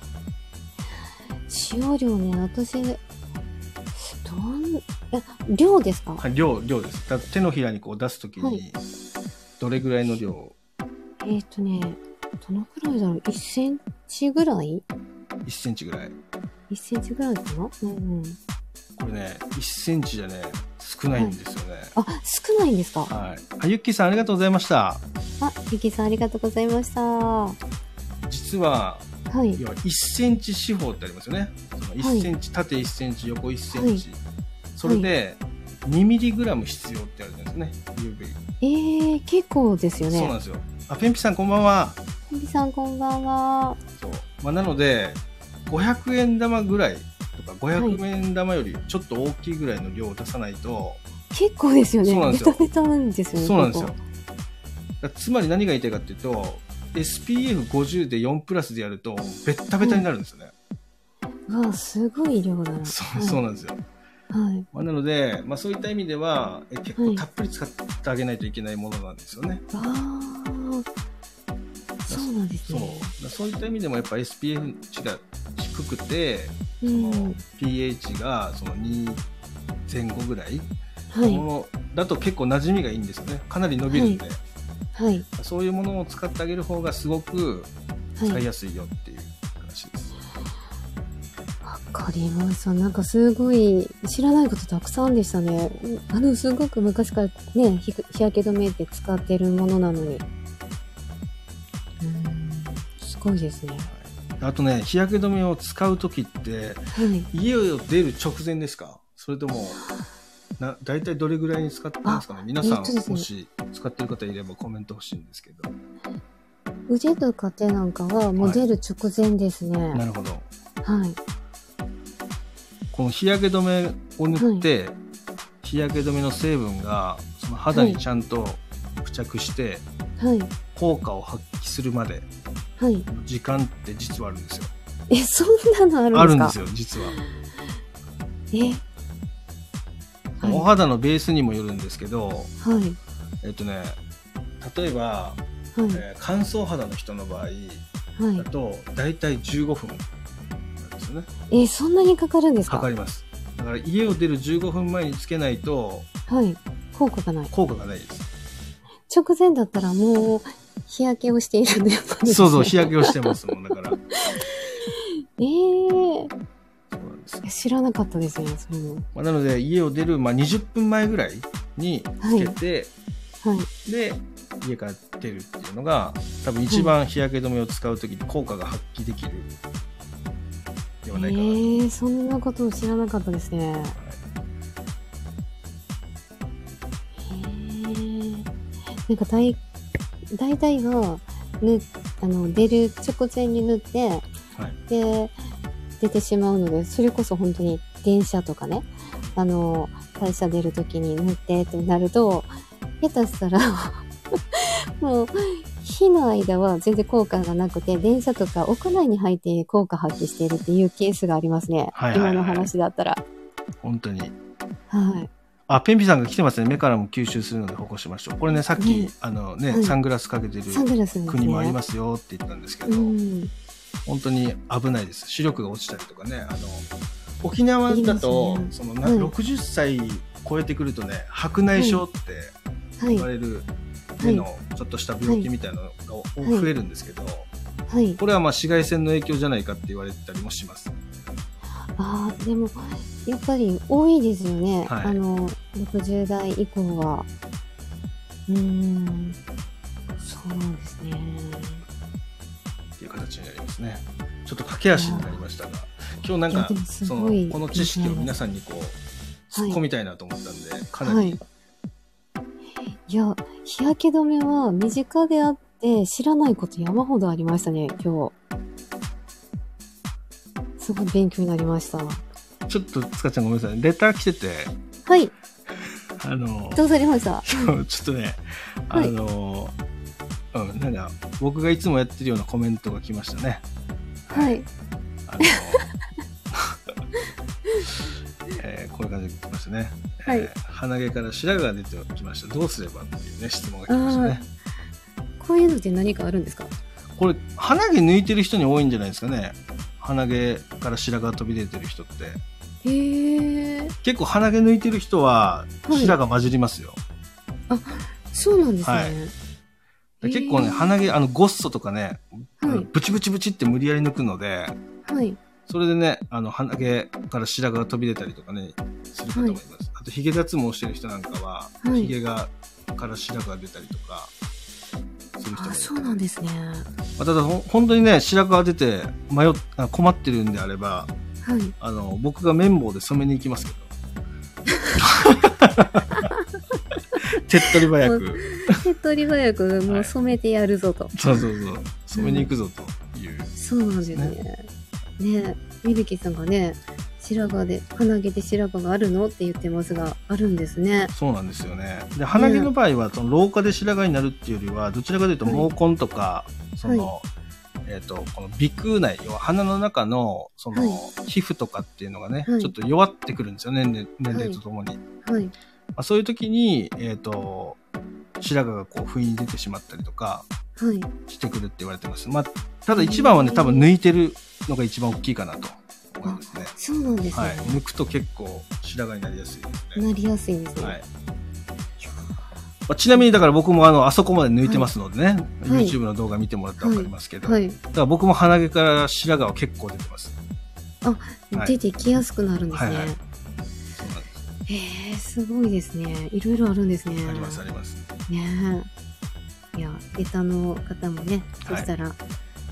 使用量ね、私どん量ですか？ はい、量量です。だ手のひらにこう出すときにどれぐらいの量？ はい、えっとね、どのくらいだろう？いっセンチぐらい？ いっセンチぐらい。 いっセンチぐらいかな？うんうん。 これね、いっセンチじゃね、少ないんですよね。 はい、あ、少ないんですか？ はい。あ、ゆっきーさんありがとうございました。 あ、ゆっきーさんありがとうございました。 実は、はい、要はいっセンチ四方ってありますよね。そのいっセンチ、はい、縦いっセンチ、横いっセンチ。はい、それで、にミリグラム必要ってあるんですね、ユーブイ。 えー、結構ですよね。 そうなんですよ。あ、ペンピさんこんばんは。 ペンピさんこんばんは。 そう。まあ、なので、ごひゃくえん玉ぐらいとか、ごひゃくえん玉よりちょっと大きいぐらいの量を出さないと。はい、 結構ですよね。 そうなんですよ。 ベタベタなんですよね。 そうなんですよ。つまり何が言いたいかっていうと、エスピーエフごじゅう でよんプラスでやると、ベッタベタになるんですよね。 はい、わあ、すごい量だな。 そう、はい、そうなんですよ。 はい、 まあ、なので、まあ、そういった意味ではえ結構たっぷり使ってあげないといけないものなんですよね。 はい、ああ、そうなんですね。 そう、そういった意味でもやっぱ エスピーエフ 値が低くて、その ピーエイチ がそのにぜん後ぐらいのものだと結構馴染みがいいんですよね。かなり伸びるんで、はいはい、そういうものを使ってあげる方がすごく使いやすいよっていう話です。 わかりました。なんかすごい知らないことたくさんでしたね。あのすごく昔からね、日焼け止めって使ってるものなのに、うーん、すごいですね。 あとね、日焼け止めを使うときって、はい、家を出る直前ですか？それともな大体どれぐらいに使ってますかね？皆さん、えーね、もし使ってる方いればコメント欲しいんですけど。 腕とか手なんかはもう出る直前ですね。はい、 なるほど。 はい。 この日焼け止めを塗って、はい、日焼け止めの成分がその肌にちゃんと付着して、はい、効果を発揮するまでの時間って実はあるんですよ。 え、そんなのあるんですか？あるんですよ、実は。え、お肌のベースにもよるんですけど、はい、えっとね、例えば、はい、えー、乾燥肌の人の場合だと、だいたいじゅうごふんなんですよね。 えー、そんなにかかるんですか？ かかります。だから家を出るじゅうごふんまえにつけないと、 はい、効果がない。 効果がないです。 直前だったらもう日焼けをしているんだよ、 ね。そうそう、日焼けをしてますもん、だから。 ええー。知らなかったですね、それも。 まあ、なので、家を出る、まあ、にじゅっぷんまえぐらいにつけて、はいはい、で、家から出るっていうのが、多分一番日焼け止めを使うときに効果が発揮できるではないかな。えー、そんなことを知らなかったですね。はい、へー。なんか大、大体は、ぬ、あの、出る直前に塗って、はい、で、出てしまうので、それこそ本当に電車とかね、あの、会社出るときに塗ってってなると、下手したら、もう、日の間は全然効果がなくて、電車とか屋内に入って効果発揮しているっていうケースがありますね。はいはいはい、今の話だったら。 本当に。 はい。 あ、ペンピさんが来てますね。目からも吸収するので保護しましょう。これね、さっき、ね、あのね、はい、サングラスかけてる国もありますよって言ったんですけど、うん、本当に危ないです。視力が落ちたりとかね。あの沖縄だと、ね、そのな、はい、ろくじゅっさい超えてくるとね、白内障って言われる目のちょっとした病気みたいなのが増えるんですけど、はいはい、これはまあ紫外線の影響じゃないかって言われたりもします。 ああ、でもやっぱり多いですよね。はい、あのろくじゅう代以降は。うーん、そうなんですね。 っていう形になりますね。ちょっと駆け足になりましたが、今日なんかそのこの知識を皆さんにこう突っ込みたいなと思ったんで、はい、かなり、はい、 いや日焼け止めは身近であって知らないこと山ほどありましたね。今日すごい勉強になりました。 ちょっとつかちゃんごめんなさい、レター来てて、 はいあのどうされました？ ちょっとね、あの、はいうん、なんか僕がいつもやってるようなコメントが来ましたね。 はい。 あのえー、こういう感じで来ましたね。はい。えー、鼻毛から白髪が出てきました。どうすればっていうね質問が来ましたね。 こういうのって何かあるんですか？ これ鼻毛抜いてる人に多いんじゃないですかね。鼻毛から白髪が飛び出てる人って。 へえ。結構鼻毛抜いてる人は白髪混じりますよ。 はい、あ、そうなんですね。はい、 結構ね、鼻毛、あの、ゴッソとかね、はい、ブチブチブチって無理やり抜くので、 はい、 それでね、あの、鼻毛から白髪が飛び出たりとかね、するかと思います。はい、あと、髭脱毛してる人なんかは、はい、髭が、から白髪が出たりとか、する人もいる。 あ、そうなんですね。 まあ、ただ、本当にね、白髪が出て、迷っ、困ってるんであれば、はい、あの、僕が綿棒で染めに行きますけど。手っ取り早く手っ取り早くもう染めてやるぞと、はい、 そうそうそう染めに行くぞという、 うん、そうなんですね。ね、ミルキーさんがね白髪で鼻毛で白髪があるのって言ってますがあるんですね。 そうなんですよね。で鼻毛の場合はその老化で白髪になるっていうよりはどちらかというと毛根とか、はい、その、はいえー、とこの鼻腔内要は鼻の中のその、はい、皮膚とかっていうのがね、はい、ちょっと弱ってくるんですよね、年齢、年齢とともに。はいはいまあ、そういう時に、えー、と白髪がこう不意に出てしまったりとかしてくるって言われてます。まあ、ただ一番はね多分抜いてるのが一番大きいかなと思いますね。 そうなんですね、はい、 抜くと結構白髪になりやすいですね。 なりやすいんですね。はいまあ、ちなみにだから僕もあのあそこまで抜いてますのでね、はい、YouTube の動画見てもらったら分かりますけど、はいはい、だから僕も鼻毛から白髪は結構出てます。 あ、はい、出てきやすくなるんですね。はいはいへえ、すごいですね。いろいろあるんですね。 ありますあります。 ねえ。いや、レタの方もね、そしたら、はい、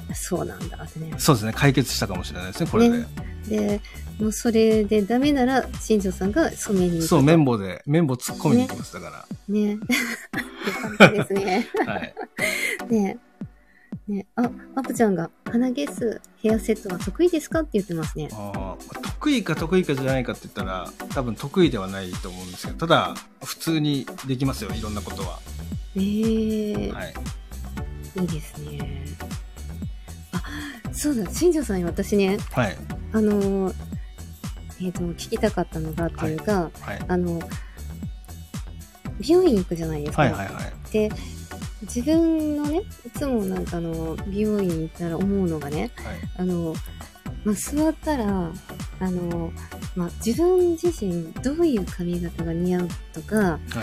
そうなんだってね。 そうですね。解決したかもしれないですね、これで。ね、 で、もうそれでダメなら、新庄さんが染めに行く。 そう、綿棒で、綿棒突っ込みに行きます、ね、だから。 ね。よかったですね。 はい。 ねね、あ、アップちゃんが鼻毛数ヘアセットは得意ですかって言ってますね。 あ得意か得意かじゃないかって言ったら多分得意ではないと思うんですけど、ただ普通にできますよ、いろんなことは。 えー、 はい、 いいですね。あ、そうだ、新庄さんに私ね、 はい、 あのえっと聞きたかったのがっていうか、はいはい、あの美容院行くじゃないですか。 はいはいはい、 で自分のね、いつもなんかあの美容院に行ったら思うのがね、はい、あの、まあ、座ったらあの、まあ、自分自身どういう髪型が似合うとか、はい、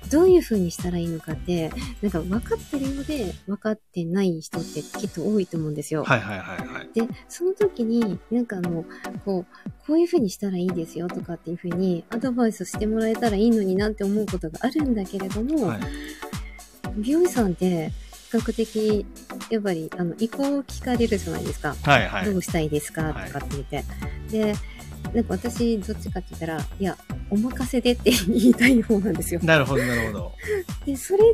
どういう風にしたらいいのかって、なんか分かってるようで分かってない人ってきっと多いと思うんですよ。 はいはいはいはい。 で、その時に、なんかあの、こう、こういう風にしたらいいですよとかっていう風にアドバイスしてもらえたらいいのになって思うことがあるんだけれども、はい、美容師さんって比較的、やっぱり、あの、意向を聞かれるじゃないですか。 はいはい。 どうしたいですかとかって言って。はい、で、なんか私、どっちかって言ったら、いや、お任せでって言いたい方なんですよ。 なるほど、なるほど。 で、それって、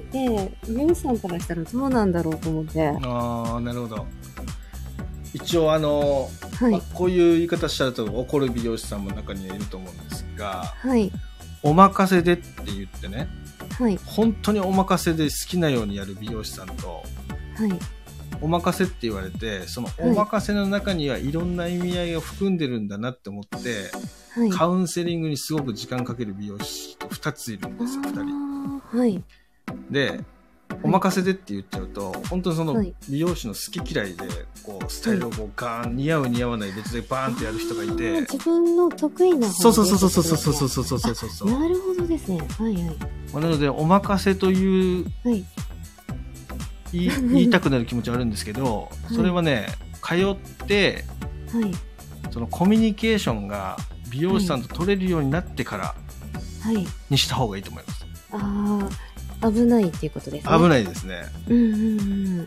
美容師さんからしたらどうなんだろうと思って。 ああ、なるほど。一応、あの、はいまあ、こういう言い方しちゃうと怒る美容師さんも中にはいると思うんですが、 はい。 お任せでって言ってね、 はい。 本当にお任せで好きなようにやる美容師さんと、 はい。 お任せって言われて、そのお任せの中にはいろんな意味合いを含んでるんだなって思って、はい、カウンセリングにすごく時間かける美容師とふたついるんですよ、ふたり。 はい。 で、お任せでって言っちゃうと、本当にその美容師の好き嫌いで、こう、スタイルをこうガーン、似合う似合わない別でバーンってやる人がいて。 自分の得意な方そうそうそうそうそうそうそうそうそうそうそう。 なるほどですね。はいはい。 なので、お任せという、はい、言い, 言いたくなる気持ちはあるんですけど、それはね、通って、はい、そのコミュニケーションが美容師さんと取れるようになってからにした方がいいと思います。 はい、ああ、危ないっていうことですね。 危ないですね。 うんうんうん。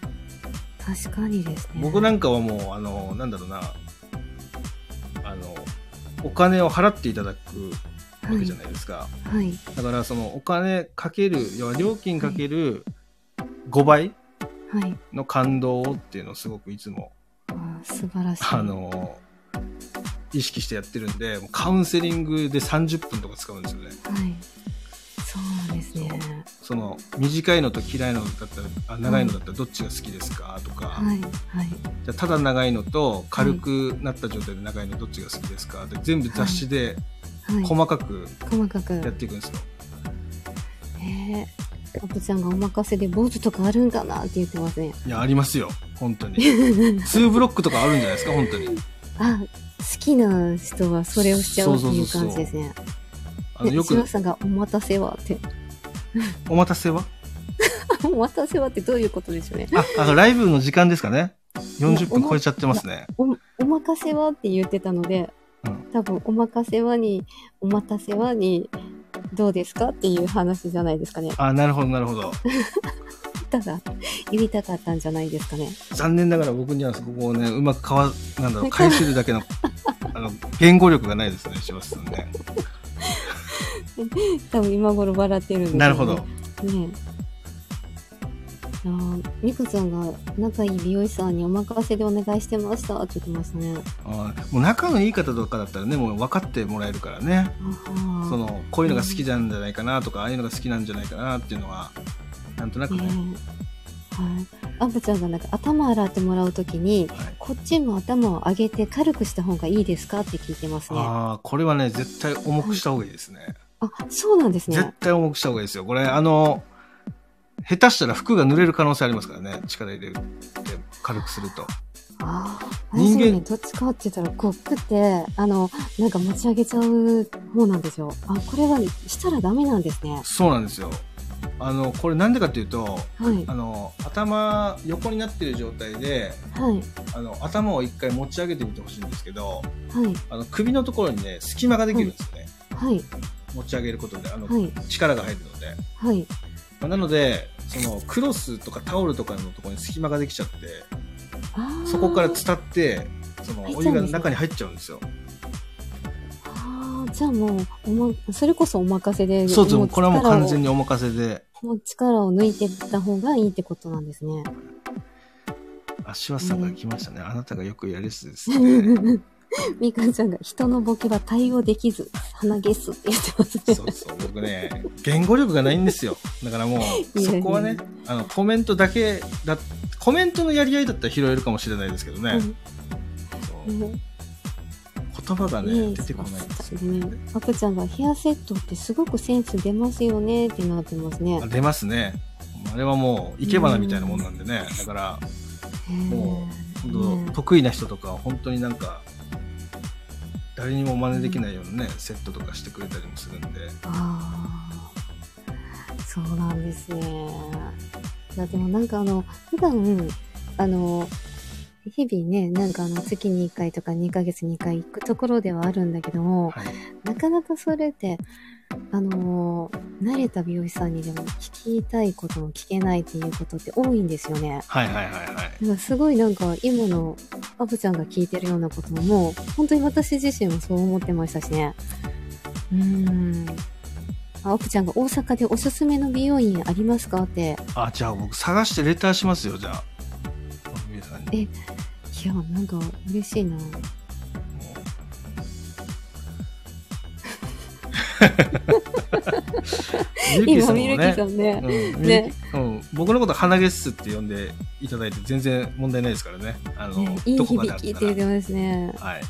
確かにですね。 僕なんかはもう、あの、なんだろうな、あの、お金を払っていただくわけじゃないですか。 はい。はい、 だからそのお金かける、要は料金かけるごばい、はい、の感動っていうのをすごくいつもあ素晴らしいあの意識してやってるんで、カウンセリングでさんじゅっぷんとか使うんですよね。 はい、そうなんですね。 そ, その短いのと嫌いのだったらあ長いのだったらどっちが好きですかとか、 はいはい、 じゃただ長いのと軽くなった状態で長いのどっちが好きですかって全部雑誌で細かくやっていくんですよ。 へえ。アプちゃんがお任せで坊主とかあるんかなって言ってますね。 いや、ありますよ。本当に。ツーブロックとかあるんじゃないですか、本当に。 あ、好きな人はそれをしちゃうっていう感じですね。あのよく。シワさんがお待たせはって。 お待たせはお待たせはってどういうことでしょうね。 あ、あの、ライブの時間ですかね。よんじゅっぷん超えちゃってますね。 お、お任せはって言ってたので、うん、多分お任せはに、お待たせはに、どうですかっていう話じゃないですかね。 あ、なるほどなるほど。 ただ言いたかったんじゃないですかね。 残念ながら僕にはそこをねうまくかわなんだろう返せるだけのあの言語力がないですね、柴田さんね。 多分今頃笑ってるんですよね。 なるほど。 ね。あ、ミクちゃんが仲いい美容師さんにお任せでお願いしてましたって言ってましたね。 あ、もう仲のいい方とかだったらね、もう分かってもらえるからね。そのこういうのが好きなんじゃないかなとか、うん、ああいうのが好きなんじゃないかなっていうのはなんとなくね。 えー、はい。アンプちゃんがなんか頭洗ってもらうときに、はい、こっちも頭を上げて軽くした方がいいですかって聞いてますね。 ああ、これはね絶対重くした方がいいですね。 はい、あ、そうなんですね。 絶対重くした方がいいですよ。これあの。下手したら服が濡れる可能性ありますからね。力入れて軽くすると。 ああ、人間、ね、どっちかって言ったらコップってあのなんか持ち上げちゃう方なんですよ。あ、これはしたらダメなんですね。 そうなんですよ。あのこれなんでかっていうと、はい、あの頭横になっている状態で、はい、あの頭を一回持ち上げてみてほしいんですけど、はい、あの首のところにね隙間ができるんですよね。はい、持ち上げることであの、はい、力が入るので。はい。なのでそのクロスとかタオルとかのところに隙間ができちゃって、そこから伝ってそのお湯が中に入っちゃうんですよ。 ああ、じゃあもうお、ま、それこそお任せで。 そうです。これはもう完全にお任せで。 もう力を抜いていった方がいいってことなんですね。 足輪さんが来ましたね。ね、あなたがよくやるやつですね。 みかんちゃんが人のボケは対応できず鼻ゲスって言ってますね。 そうそう、僕ね言語力がないんですよ。だからもうそこはね、あのコメントだけだコメントのやり合いだったら拾えるかもしれないですけどね、うん、そう、うん、言葉がね出てこないんですよね。 あくちゃんがヘアセットってすごくセンス出ますよねってなってますね。 出ますね。あれはもう生け花みたいなもんなんでね、だからもう本当得意な人とかは本当になんか誰にも真似できないようなね、うん、セットとかしてくれたりもするんで。 ああ、 そうなんですね。いやでもなんかあの、普段、あの、日々ね、なんかあの、月にいっかいとかにかげつにいっかい行くところではあるんだけども、はい、なかなかそれって、あのー、慣れた美容師さんにでも聞きたいことも聞けないっていうことって多いんですよね。 はいはいはいはい。だからすごいなんか今のアブちゃんが聞いてるようなことももう本当に私自身もそう思ってましたしね。うーん。アブちゃんが大阪でおすすめの美容院ありますかって。 あ、じゃあ僕探してレターしますよ、じゃあ。皆さんに。 え、いや、なんか嬉しいな。今、ミルキーさんね。 うん、ね、うん、僕のこと鼻毛っすって呼んでいただいて全然問題ないですからね。あの、ね、 いい響きって言ってますね。 はい。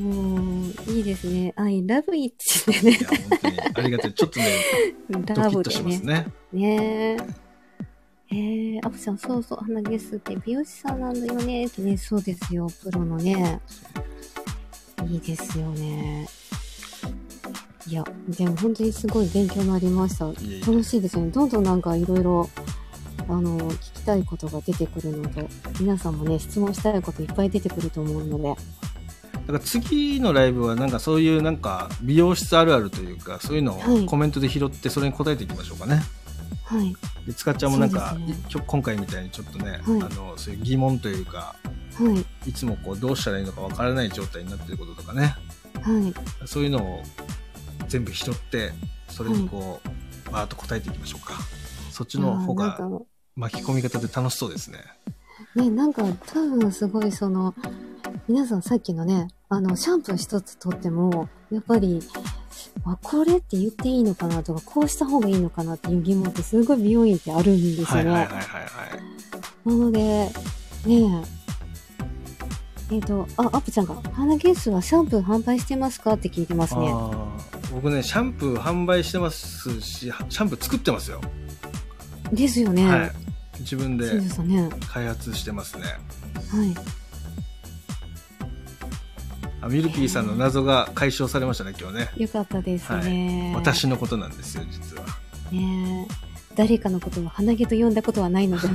もう、いいですね。I love it ってね。 いや、本当にありがたい。ちょっとね、ドキッとしますね。 ねえ。へえ、アブちゃん、そうそう、鼻毛っすって美容師さんなんだよねってね、そうですよ、プロのね。いいですよね。いや、でも本当にすごい勉強になりました。いえいえ、楽しいですよね。どんどんなんかいろいろ、あの、聞きたいことが出てくるので、皆さんもね、質問したいこといっぱい出てくると思うので。だから次のライブはなんかそういうなんか美容室あるあるというか、そういうのをコメントで拾ってそれに答えていきましょうかね。 はい。 で、つかちゃんもなんか、ね、今回みたいにちょっとね、はい、あの、そういう疑問というか、 はい。 いつもこうどうしたらいいのかわからない状態になっていることとかね。 はい。 そういうのを全部拾ってそれにこう、はい、バーッと答えていきましょうか。そっちの方が巻き込み方で楽しそうですね。 ね、なんか多分すごいその皆さんさっきのね、あのシャンプー一つとってもやっぱりあこれって言っていいのかなとかこうした方がいいのかなっていう疑問ってすごい美容院ってあるんですよね。はいはいはいはい、はい。なのでねえ。えっ、ー、と、あ、アップちゃんが、鼻毛質はシャンプー販売してますかって聞いてますね。 あ、僕ね、シャンプー販売してますし、シャンプー作ってますよ。 ですよね。 はい。自分で開発してますね。 はい。 あ、ミルキーさんの謎が解消されましたね、今日ね。 よかったですね。 はい、私のことなんですよ、実は。 ねえ。誰かのことを鼻毛と呼んだことはないので。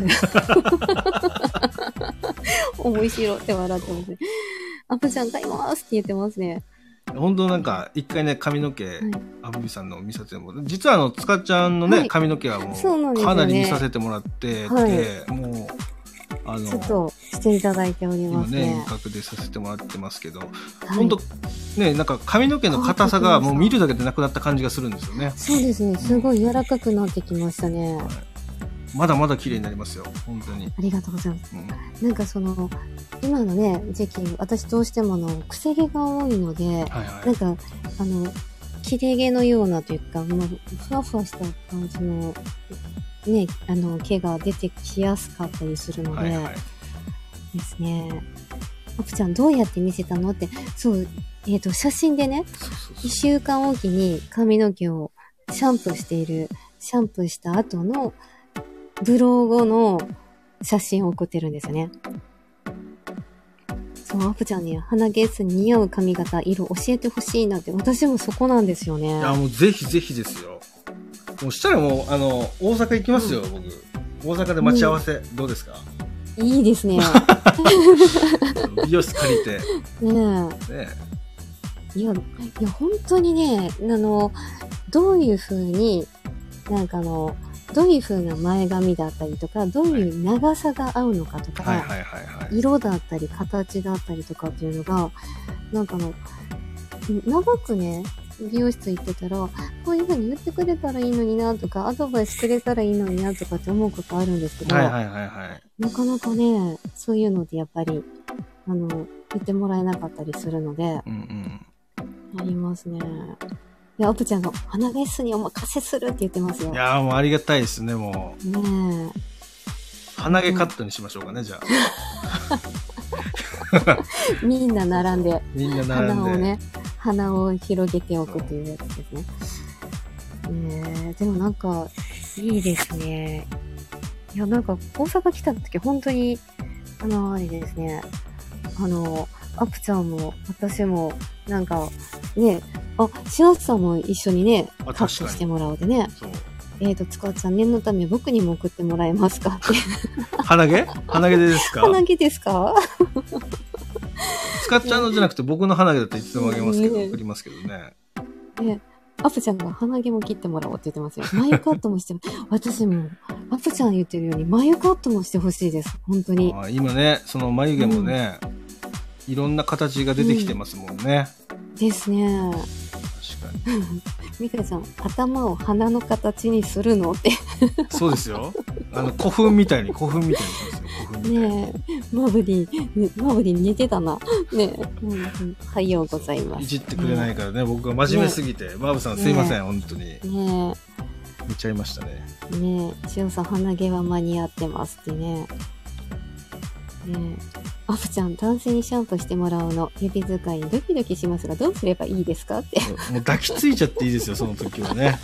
面白って笑ってますね。アブちゃん買いますって言ってますね。 本当なんか一回ね髪の毛、はい、アブビさんの見させてもらって、実はあのつかちゃんのね、はい、髪の毛はもうかなり見させてもらってて、はい、もうあのちょっとしていただいておりますね。 今ね遠隔でさせてもらってますけど、はい、本当ねなんか髪の毛の硬さがもう見るだけでなくなった感じがするんですよね。 そうですね。すごい柔らかくなってきましたね。はい、 まだまだ綺麗になりますよ、本当に。 ありがとうございます。うん、なんかその今のね時期、私どうしてもあの癖毛が多いので、はいはい、なんかあの切れ毛のようなというか、まあ、ふわふわした感じのねあの毛が出てきやすかったりするので、はいはい、ですね。アプちゃんどうやって見せたのって、そうえっと写真でね、いっしゅうかんおきに髪の毛をシャンプーしている、シャンプーした後のブロー後の写真を送ってるんですよね。そう、アプちゃんに鼻毛質に似合う髪型、色教えてほしいなって、私もそこなんですよね。 いや、もうぜひぜひですよ。もうしたらもう、あの、大阪行きますよ、うん、僕。大阪で待ち合わせ、うん、どうですか？ いいですね。 美容室借りて。 ねえ。ねえ。いや、いや、本当にね、あの、どういう風に、なんかあの、どういう風な前髪だったりとか、どういう長さが合うのかとか、色だったり形だったりとかっていうのが、なんかあの、長くね、美容室行ってたら、こういう風に言ってくれたらいいのになとか、アドバイスくれたらいいのになとかって思うことあるんですけど、 はいはいはいはい、 なかなかね、そういうのでやっぱり、あの、言ってもらえなかったりするので、 うんうん、 ありますね。いや、アプちゃんが鼻毛質にお任せするって言ってますよ。 いやーもうありがたいですね、もう。 ねえ。鼻毛カットにしましょうかね、じゃあ。みんな並んで。 みんな並んで。 鼻をね、鼻を広げておくというやつですね。ねえ、でもなんか、いいですね。いや、なんか、大阪来た時、本当に、あの、あれですね。あの、アプちゃんも、私も、なんか、ね、あ、しなつさんも一緒にね、カットしてもらうでね。 そう。 えっ、ー、と、つかちゃん、念のため僕にも送ってもらえますかって。 鼻毛鼻毛でですか？ 鼻毛ですか？ つかちゃんのじゃなくて僕の鼻毛だったらいつでもあげますけど、ね、送りますけどね。 ね、アプちゃんが鼻毛も切ってもらおうって言ってますよ。眉カットもして、私も、アプちゃん言ってるように眉カットもしてほしいです。本当に。 あ、今ね、その眉毛もね、うん、いろんな形が出てきてますもんね。 うん、ですね。 確かに。 ミカちゃん、頭を鼻の形にするのって。 そうですよ。あの、古墳みたいに、古墳みたいにしますよ。古墳みたいに。 ねえ、マブリン、ね、マブリン寝てたな。ねえ、うん、おはようございます。 いじってくれないからね、ね、僕は真面目すぎて、ね、マブさんすいません、ね、本当に。ねえ。見ちゃいましたね。 ねえ、しおさん、鼻毛は間に合ってますってね。ねえ。アプちゃん、男性にシャンプーしてもらうの、指使いにドキドキしますが、どうすればいいですかって。 もう抱きついちゃっていいですよ、その時はね。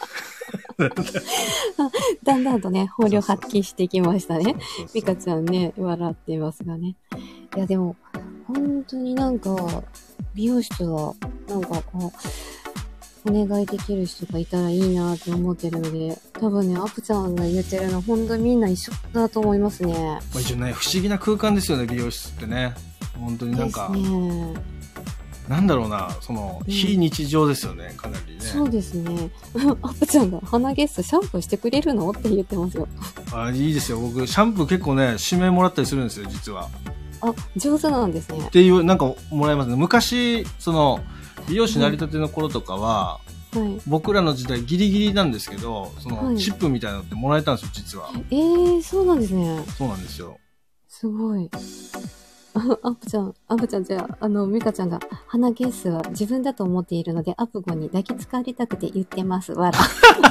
だんだんとね、本領発揮してきましたね。ミカちゃんね、笑ってますがね。いや、でも、本当になんか、美容室は、なんかこう、お願いできる人がいたらいいなって思ってるので、多分ね、アプちゃんが言ってるの、本当にみんな一緒だと思いますね。 まあ、一応ね、不思議な空間ですよね、美容室ってね。本当になんか、ね、なんだろうな、その、うん、非日常ですよね、かなりね。 そうですね。アプちゃんが鼻毛質シャンプーしてくれるのって言ってますよ。 あ、いいですよ。僕、シャンプー結構ね、指名もらったりするんですよ、実は。 あ、上手なんですね。 っていう、なんかもらいますね。昔、その、美容師成り立ての頃とかは、はい、僕らの時代ギリギリなんですけど、その、はい、チップみたいなのってもらえたんですよ、実は。 えー、そうなんですね。 そうなんですよ。 すごい。あ、アプちゃん、アプちゃんじゃあ、あの、ミカちゃんが、鼻毛質は自分だと思っているので、アプゴに抱きつかりたくて言ってます。わら。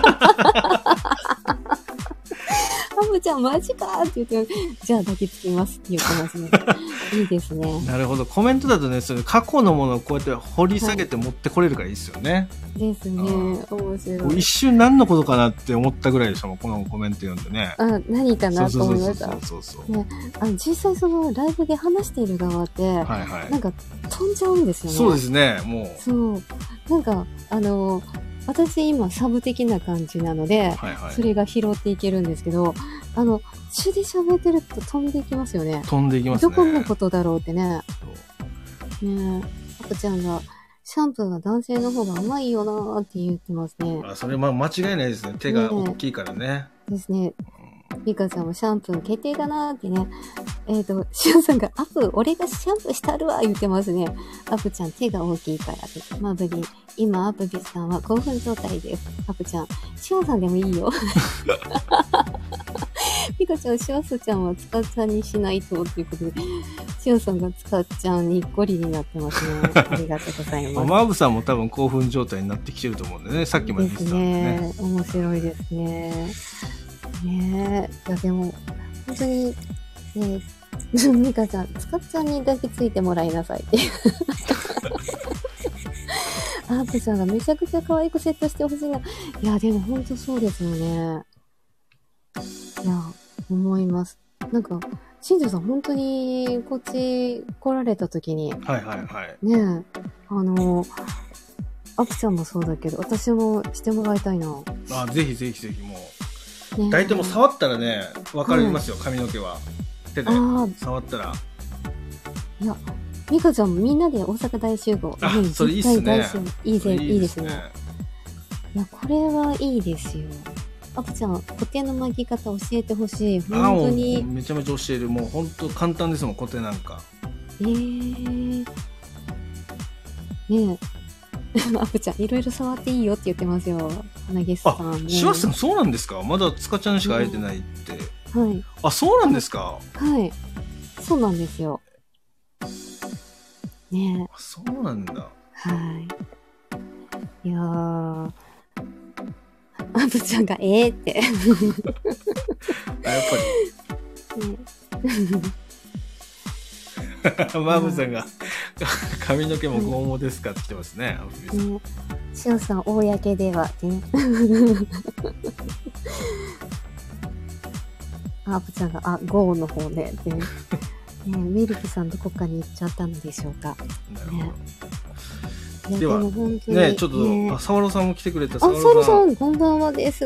アプちゃんマジかーって言って、じゃあ抱きつきますって言ってますね。いいですね。 なるほど。コメントだとね、それ過去のものをこうやって掘り下げて持ってこれるからいいですよね。 はい、ですね。面白い。 一瞬何のことかなって思ったぐらいでしたもん、このコメント読んでね。 あ、何かなと思いました。 そうそうそうそう。 ね、あの実際そのライブで話している側って、はいはい、なんか飛んじゃうんですよね。 そうですね、もう。 そう。なんか、あの、私今サブ的な感じなので、はいはい、それが拾っていけるんですけど、あの、血で喋ってると飛んでいきますよね。 飛んでいきますね。 どこのことだろうってね。ねえ、アプちゃんが、シャンプーは男性の方が甘いよなーって言ってますね。 あ、それまあ間違いないですね。手が大きいからね。ねですね。ミカちゃんもシャンプー決定だなーってね。えっ、ー、と、シオンさんがアプ、俺がシャンプーしたるわ言ってますね。アプちゃん手が大きいからって。マブリン、今アプビスさんは興奮状態です。アプちゃん、シオンさんでもいいよ。ミカちゃん、シオスちゃんはつかちゃんにしないとっていうことで、シオさんがつかちゃんにっこりになってますね。ありがとうございます。 マブさんも多分興奮状態になってきてると思うんでね。さっきまで言ってたんでね。 ですね。面白いですね。ねえ。いや、でも、本当に、ね、ミカちゃん、つかちゃんに抱きついてもらいなさいって。アープさんがめちゃくちゃ可愛くセットしてほしいな。いや、でも本当そうですよね。いや、思います。なんか、新庄さん本当にこっち来られた時に、 はいはいはい。 ねえ、あの、アプちゃんもそうだけど、私もしてもらいたいな。 あ、ぜひぜひぜひもう。ね、大体もう触ったらね、わかりますよ、はい、髪の毛は。手で触ったら。 いや、ミカちゃんもみんなで大阪大集合。 あ、ね、それいいっすね。 いいぜ、いいですね。いや、これはいいですよ。アプちゃん、コテの巻き方教えてほしい。本当に。 めちゃめちゃ教える。もう本当簡単ですもん、コテなんか。 えー。ねえ。アプちゃん、いろいろ触っていいよって言ってますよ。花毛さん、ね。 あ、シワさんそうなんですか？まだつかちゃんしか会えてないって。 うん、はい。 あ、そうなんですか？ はい。そうなんですよ。ねえ。 あ、そうなんだ。 はい。いやー。アプちゃんがええって。 あ、やっぱり。ねマブさんが髪の毛も剛毛ですかって来てますね。 ね、しおさん、公ではってね。アプちゃんが、あ、剛の方でってね。ね、ミルクさんどこかに行っちゃったのでしょうか。 なるほど。ね、 では、ね、ちょっと、ね、あ、沢野さんも来てくれた。 あ、沢野さん、こんばんはです。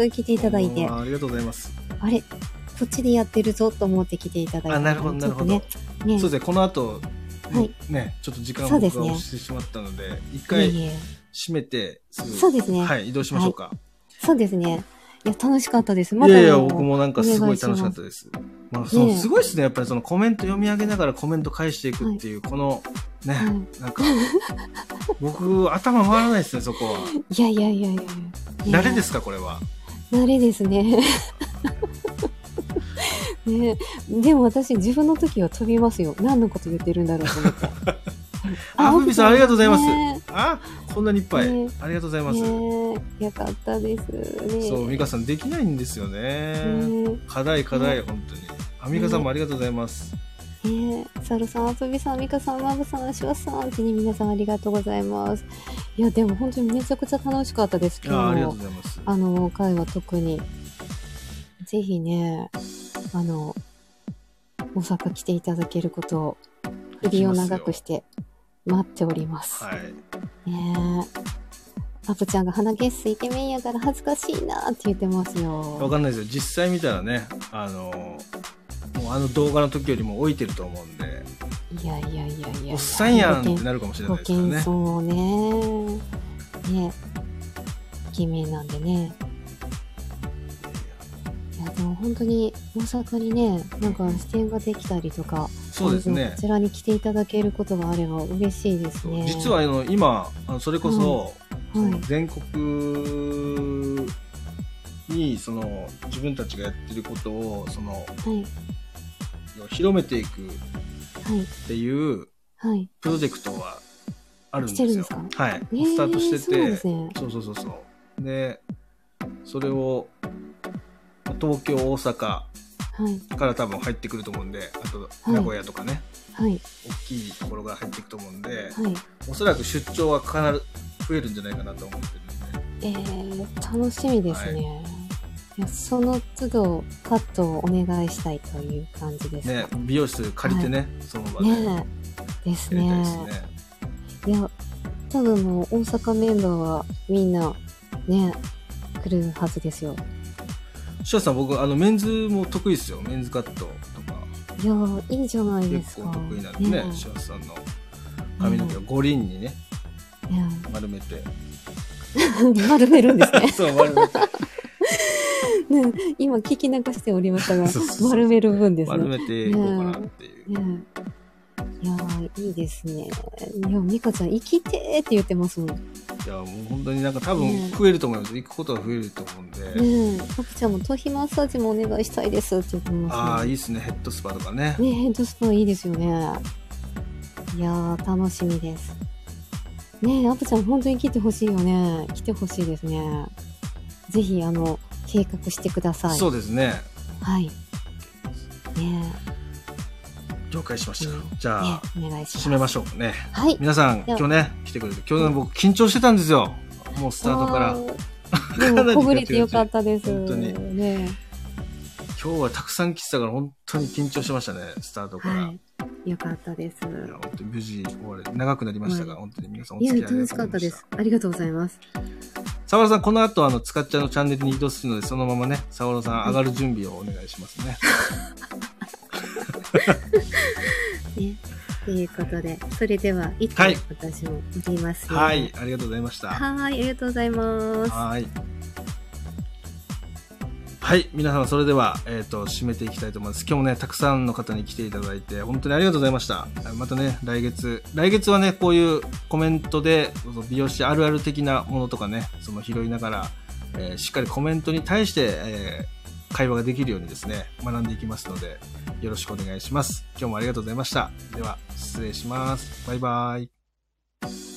来ていただいて。 あ、ありがとうございます。 あれ、こっちでやってるぞと思って来ていただいて。 あ、なるほど、なるほど。ね、ね、そうですね、この後、はい、ね、ちょっと時間を僕が押してしまったので、一回閉めて、 そうですね。 はい、移動しましょうか。はい、 そうですね。いや、楽しかったです。またいやいや、僕もなんかすごい楽しかったです。まあ、そう、すごいですね。やっぱりそのコメント読み上げながらコメント返していくっていう、この、ね、はい、なんか、僕、頭回らないですね、そこは。 いやいやいやいや。 慣れですか、これは。 慣れですね。ね、でも私、自分の時は飛びますよ。何のこと言ってるんだろうと思って。 あ、ふみさん、ありがとうございます。あ、こんなにいっぱい。ありがとうございます。 よかったですね。 そう、美香さん、できないんですよね。課題、課題、本当に。あ、美香さんもありがとうございます。 えー、サルさん、あつびさん、ミカさん、マブさん、シワさんってね、皆さんありがとうございます。いや、でも本当にめちゃくちゃ楽しかったです、今日の。 ありがとうございます。 あの、会は特に。ぜひね、あの、大阪来ていただけることを、首を長くして待っております。 はい。 ねえ。アプちゃんが鼻毛すイケメンやから恥ずかしいなって言ってますよ。 わかんないですよ。実際見たらね、あの、もうあの動画の時よりも老いてると思うんで。 いやいやいやいや。 おっさんやんってなるかもしれないですからね。 ご謙遜ね。ね。イケメンなんでね。いやでも本当に大阪にね、なんか支店ができたりとか、 そうですね。 こちらに来ていただけることがあれば嬉しいですね。 実はあの今それこそ、はい、その全国にその自分たちがやってることをその、はい、広めていくっていうプロジェクトはあるんですよ。 してるんですか？ はい。 えー、 スタートしてて、 そうですね、 そうそうそうそう。で、それを東京、大阪から多分入ってくると思うんで、あと名古屋とかね、 はい、 大きいところが入っていくと思うんで、はい、おそらく出張は必ず増えるんじゃないかなと思ってるんで。 えー、楽しみですね。はい、いやその都度カットをお願いしたいという感じですね。美容室借りてね、はい、その場で。 ねですね。ですね。いや、多分もう大阪メンバーはみんなね、来るはずですよ。 シュワさん、僕あのメンズも得意ですよ。メンズカットとか。 いやいいじゃないですか。 結構得意なんでね、シュワさんの髪の毛を五輪にね、丸めて。 丸めるんですね。 そう、丸めて。 ね、今聞き流しておりましたが、そうそうそう丸める分ですね。 丸めていこうかなっていう。ねねいやーいいですね。いやミカちゃん生きてーって言ってますもん。いやもう本当になんか多分増えると思います。ね、行くことが増えると思うんで。 ねえ、アプちゃんも頭皮マッサージもお願いしたいですって言ってます、ね。 ああいいですね。ヘッドスパとかね。 ねヘッドスパいいですよね。いやー楽しみです。ねえアプちゃん本当に来てほしいよね。来てほしいですね。ぜひあの計画してください。 そうですね。 はい。ねえ。 了解しました。うん、じゃあ、 ね、お願いします。 締めましょうね。 はい。 皆さん、今日ね、来てくれて、今日ね、僕緊張してたんですよ。もうスタートから。 でも、ほぐれてよかったです。 本当に。 ね。 今日はたくさん来てたから、本当に緊張しましたね、スタートから。はい。 よかったです。いや、本当に無事終われ、長くなりましたが、はい、本当に皆さんお付き合いありがとうございました。いや、楽しかったです。 ありがとうございます。 沢田さん、この後、あの、使っちゃうのチャンネルに移動するので、そのままね、沢田さん上がる準備をお願いしますね。 ね、ということで、それでは、いつも私もおります、 ね。はい、ありがとうございました。 はい、ありがとうございます。 はい。はい、皆様、それでは、えっと、締めていきたいと思います。今日もね、たくさんの方に来ていただいて、本当にありがとうございました。またね、来月、来月はね、こういうコメントで、美容師あるある的なものとかね、その拾いながら、えー、しっかりコメントに対して、えー会話ができるようにですね、学んでいきますので、よろしくお願いします。今日もありがとうございました。では、失礼します。バイバイ。